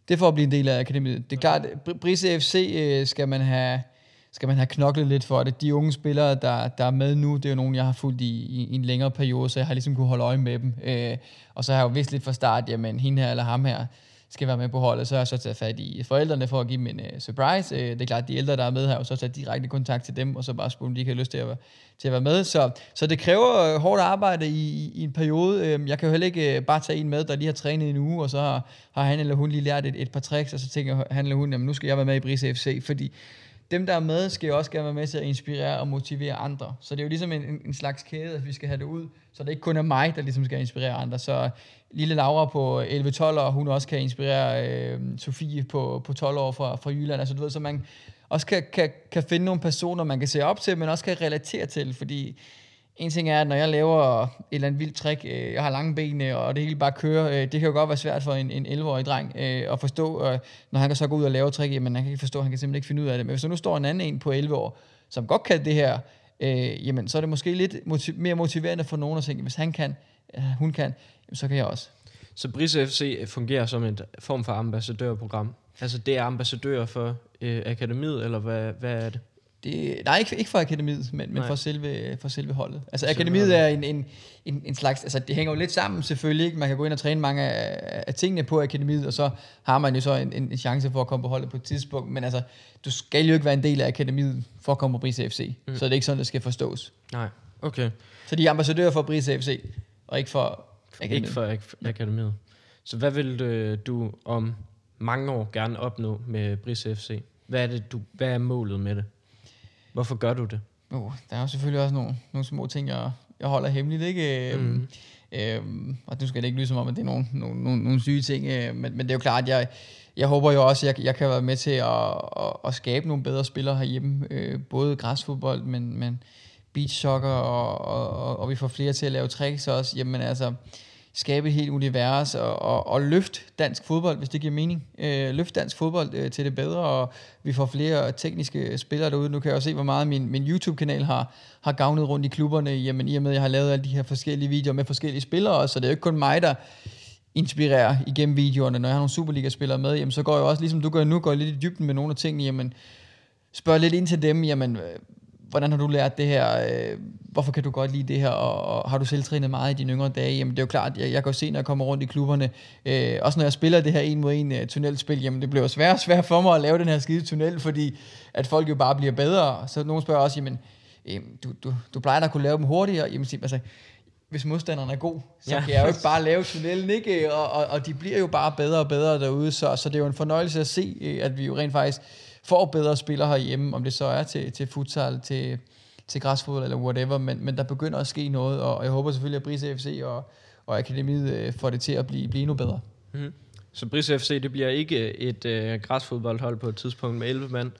Det er for at blive en del af akademiet. Det er klart, Brise F C øh, skal man have skal man have knoklet lidt for det. De unge spillere, der, der er med nu, det er jo nogen, jeg har fulgt i, i, i en længere periode, så jeg har ligesom kunne holde øje med dem. Øh, og så har jeg jo vidst lidt fra start, jamen hende her eller ham her skal være med på holdet, så har jeg så taget fat i forældrene for at give dem en uh, surprise. Uh, det er klart, de ældre, der er med her, og så taget direkte kontakt til dem, og så bare spurgt, om de ikke har lyst til at være, til at være med. Så, så det kræver uh, hårdt arbejde i, i, i en periode. Uh, jeg kan jo heller ikke uh, bare tage en med, der lige har trænet en uge, og så har, har han eller hun lige lært et, et par tricks, og så tænker han eller hun, jamen nu skal jeg være med i Brise F C, fordi dem, der er med, skal jo også gerne være med til at inspirere og motivere andre. Så det er jo ligesom en, en, en slags kæde, at vi skal have det ud, så det ikke kun er mig, der ligesom skal inspirere andre. Så lille Laura på elleve tolv år, hun også kan inspirere øh, Sofie på, på tolv år fra, fra Jylland. Altså du ved, så man også kan, kan, kan finde nogle personer, man kan se op til, men også kan relatere til, fordi en ting er, at når jeg laver et eller andet vildt trick, øh, jeg har lange ben, og det hele bare kører, øh, det kan jo godt være svært for en, en elleve-årig dreng øh, at forstå, øh, når han kan så gå ud og lave trick, jamen han kan ikke forstå, han kan simpelthen ikke finde ud af det. Men hvis der nu står en anden en på elleve år, som godt kan det her, øh, jamen så er det måske lidt motiv- mere motiverende for nogen at tænke, hvis han kan, øh, hun kan, jamen, så kan jeg også. Så Brise F C fungerer som en form for ambassadørprogram? Altså det er ambassadører for øh, akademiet, eller hvad, hvad er det? Det, nej, ikke, ikke for akademiet, men, men for, selve, for selve holdet. Altså akademiet er en, en, en, en slags, altså det hænger jo lidt sammen selvfølgelig, ikke? Man kan gå ind og træne mange af, af tingene på akademiet, og så har man jo så en, en chance for at komme på holdet på et tidspunkt, men altså, du skal jo ikke være en del af akademiet for at komme på Brise F C, mm. så det er ikke sådan, det skal forstås. Nej, okay. Så de er ambassadører for Brise F C, og ikke for akademiet. Ikke for ak- akademiet. Så hvad vil øh, du om mange år gerne opnå med Brise F C? Hvad er, det, du, hvad er målet med det? Hvorfor gør du det? Oh, der er jo selvfølgelig også nogle, nogle små ting, jeg, jeg holder hemmeligt, ikke? Mm. Øhm, og nu skal det ikke lyde som om, at det er nogle, nogle, nogle, nogle syge ting, øh, men, men det er jo klart, at jeg, jeg håber jo også, at jeg, jeg kan være med til at, at, at skabe nogle bedre spillere herhjemme. Øh, både græsfodbold, men, men beach soccer, og, og, og vi får flere til at lave tricks også. Jamen altså, skabe et helt univers og, og, og løfte dansk fodbold, hvis det giver mening. Øh, løfte dansk fodbold øh, til det bedre, og vi får flere tekniske spillere derude. Nu kan jeg jo se, hvor meget min, min YouTube-kanal har, har gavnet rundt i klubberne, jamen i og med, at jeg har lavet alle de her forskellige videoer med forskellige spillere, så det er jo ikke kun mig, der inspirerer igennem videoerne. Når jeg har nogle Superliga-spillere med, jamen, så går jeg også, ligesom du gør nu, går jeg lidt i dybden med nogle af tingene, jamen spørg lidt ind til dem, jamen hvordan har du lært det her? Hvorfor kan du godt lide det her? Og, og har du selv trænet meget i dine yngre dage? Jamen det er jo klart, jeg, jeg kan jo se, når jeg kommer rundt i klubberne, øh, også når jeg spiller det her en mod en uh, tunnelspil, jamen det bliver jo svært svært for mig at lave den her skide tunnel, fordi at folk jo bare bliver bedre. Så nogen spørger også, jamen øh, du, du, du plejer da at kunne lave dem hurtigere. Jamen altså, hvis modstanderen er god, så ja. kan jeg jo ikke bare lave tunnelen, ikke? Og, og, og de bliver jo bare bedre og bedre derude, så, så det er jo en fornøjelse at se, at vi jo rent faktisk får bedre spillere herhjemme, om det så er til, til futsal, til, til græsfodbold eller whatever, men, men der begynder at ske noget, og jeg håber selvfølgelig, at Brise F C og, og akademiet øh, får det til at blive, blive endnu bedre. Mm-hmm. Så Brise F C, det bliver ikke et øh, græsfodboldhold på et tidspunkt med elleve mand?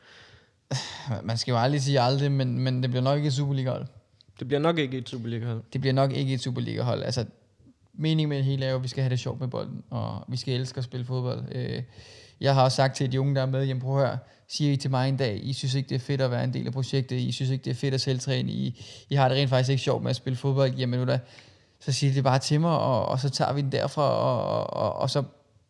Man skal jo aldrig sige aldrig, men, men det bliver nok ikke et Superliga-hold. Det bliver nok ikke et Superliga-hold? Det bliver nok ikke et Superliga-hold. Altså, meningen med det hele er jo, at vi skal have det sjovt med bolden, og vi skal elske at spille fodbold. Øh, jeg har også sagt til de unge, der er med, jamen prøv at høre, siger I til mig en dag, I synes ikke, det er fedt at være en del af projektet, I synes ikke, det er fedt at selvtræne, I, I har det rent faktisk ikke sjovt med at spille fodbold, jamen nu da, så siger de det bare til mig, og, og så tager vi den derfra, og, og, og så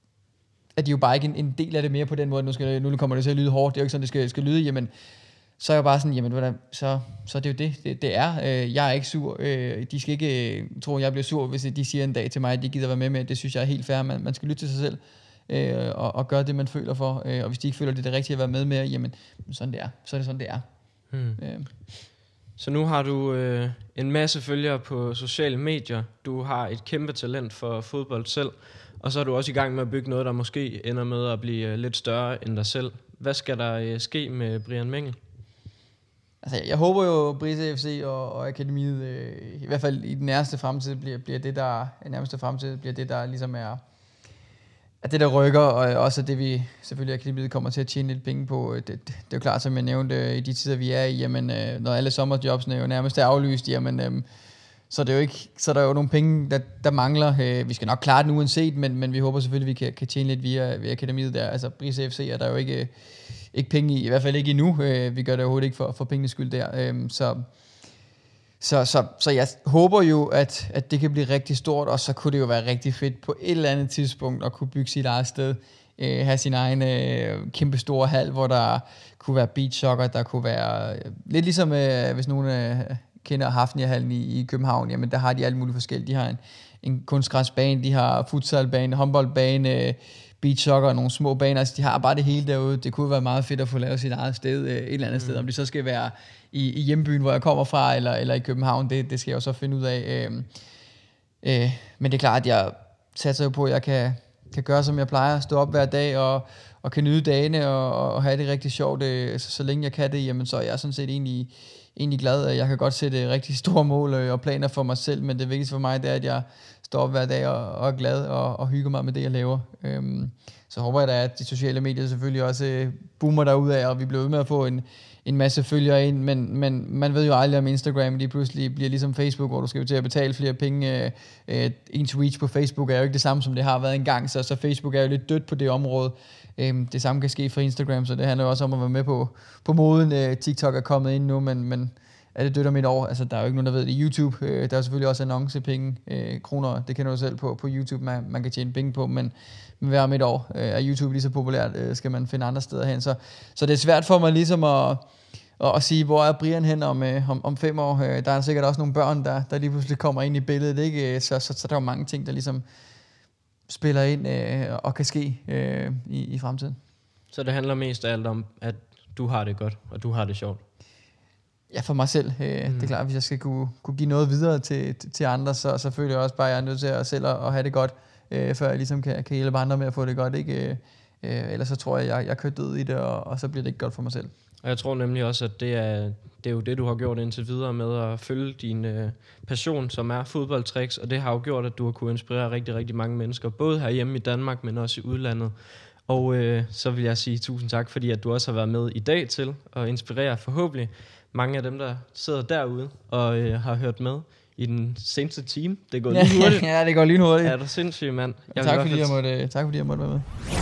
er de jo bare ikke en, en del af det mere på den måde, nu, skal, nu kommer det til at lyde hårdt, det er jo ikke sådan, det skal, skal lyde, jamen, så er jeg bare sådan, jamen nu da, så, så er det jo det, det, det er, øh, jeg er ikke sur, øh, de skal ikke øh, tro, jeg bliver sur, hvis de siger en dag til mig, at de gider være med med, det synes jeg er helt fair, man, man skal lytte til sig selv, Øh, og, og gøre det, man føler for. Øh, og hvis de ikke føler, det er det rigtige at være med med, jamen, sådan det er. Så er det sådan, det er. Hmm. Øh. Så nu har du øh, en masse følgere på sociale medier. Du har et kæmpe talent for fodbold selv. Og så er du også i gang med at bygge noget, der måske ender med at blive øh, lidt større end dig selv. Hvad skal der øh, ske med Brian Mengel? Altså, jeg håber jo, at Brise F C og, og akademiet, øh, i hvert fald i den nærmeste fremtid, bliver, bliver det, der, i nærmeste fremtid, bliver det, der ligesom er at det der rykker, og også det vi selvfølgelig akademiet kommer til at tjene lidt penge på, det, det, det er jo klart, som jeg nævnte, i de tider vi er i, jamen, når alle sommerjobsene jo nærmest er aflyst, jamen, øhm, så, er det jo ikke, så er der jo nogle penge, der, der mangler. Vi skal nok klare den uanset, men, men vi håber selvfølgelig, at vi kan, kan tjene lidt via, via akademiet der. Altså Brise F C er der jo ikke, ikke penge i, i hvert fald ikke endnu. Vi gør det overhovedet ikke for, for pengenes skyld der. Så Så, så, så jeg håber jo, at, at det kan blive rigtig stort, og så kunne det jo være rigtig fedt på et eller andet tidspunkt at kunne bygge sit eget sted øh, have sin egen øh, kæmpe store hal, hvor der kunne være beach soccer, der kunne være øh, lidt ligesom øh, hvis nogen øh, kender Hafnia-hallen i, i København, jamen der har de alt muligt forskelligt. De har en, en kunstgræsbane, de har futsalbane, håndboldbane, øh, beach soccer og nogle små baner, altså de har bare det hele derude. Det kunne være meget fedt at få lavet sit eget sted, øh, et eller andet mm. sted, om det så skal være i, i hjembyen, hvor jeg kommer fra, eller, eller i København, det, det skal jeg jo så finde ud af. Øh, øh, men det er klart, at jeg satser jo på, at jeg kan, kan gøre, som jeg plejer, stå op hver dag og, og kan nyde dagene og, og have det rigtig sjovt. Øh, så, så længe jeg kan det, jamen, så er jeg sådan set egentlig, egentlig glad. Jeg kan godt sætte rigtig store mål og planer for mig selv, men det vigtigste for mig, det er, at jeg står op hver dag og, og er glad og, og hygger mig med det, jeg laver. Øhm, så håber jeg da, at de sociale medier selvfølgelig også øh, boomer derudad, og vi bliver ved med at få en, en masse følgere ind, men, men man ved jo aldrig, om Instagram lige pludselig bliver ligesom Facebook, hvor du skal til at betale flere penge. Øh, øh, ens reach på Facebook er jo ikke det samme, som det har været engang, så, så Facebook er jo lidt dødt på det område. Øh, det samme kan ske for Instagram, så det handler jo også om at være med på, på moden. Øh, TikTok er kommet ind nu, men, men er det dødt om et år? Altså, der er jo ikke nogen, der ved det. YouTube, øh, der er selvfølgelig også annoncepenge, øh, kroner, det kender du selv på, på YouTube, man, man kan tjene penge på, men, men hver om et år øh, er YouTube lige så populært, øh, skal man finde andre steder hen. Så, så det er svært for mig ligesom at, at, at sige, hvor er Brian hen om, øh, om, om fem år. Øh, der er sikkert også nogle børn, der, der lige pludselig kommer ind i billedet, ikke? Så, så, så der er jo mange ting, der ligesom spiller ind øh, og kan ske øh, i, i fremtiden. Så det handler mest af alt om, at du har det godt, og du har det sjovt? Ja, for mig selv. Øh, mm. Det er klart, hvis jeg skal kunne, kunne give noget videre til, til, til andre, så, så føler jeg også bare, at jeg er nødt til at selv at have det godt, øh, før jeg ligesom kan, kan hjælpe andre med at få det godt. Ikke? Øh, ellers så tror jeg, at jeg, jeg kører død i det, og, og så bliver det ikke godt for mig selv. Og jeg tror nemlig også, at det er, det er jo det, du har gjort indtil videre med at følge din øh, passion, som er fodboldtricks, og det har jo gjort, at du har kunne inspirere rigtig, rigtig mange mennesker, både herhjemme i Danmark, men også i udlandet. Og øh, så vil jeg sige tusind tak, fordi at du også har været med i dag til at inspirere forhåbentlig mange af dem, der sidder derude og øh, har hørt med i den seneste time. Det går lynhurtigt. Ja, det går lynhurtigt. Ja, det er sindssygt, mand. Tak fordi, jeg måtte, tak fordi jeg måtte være med.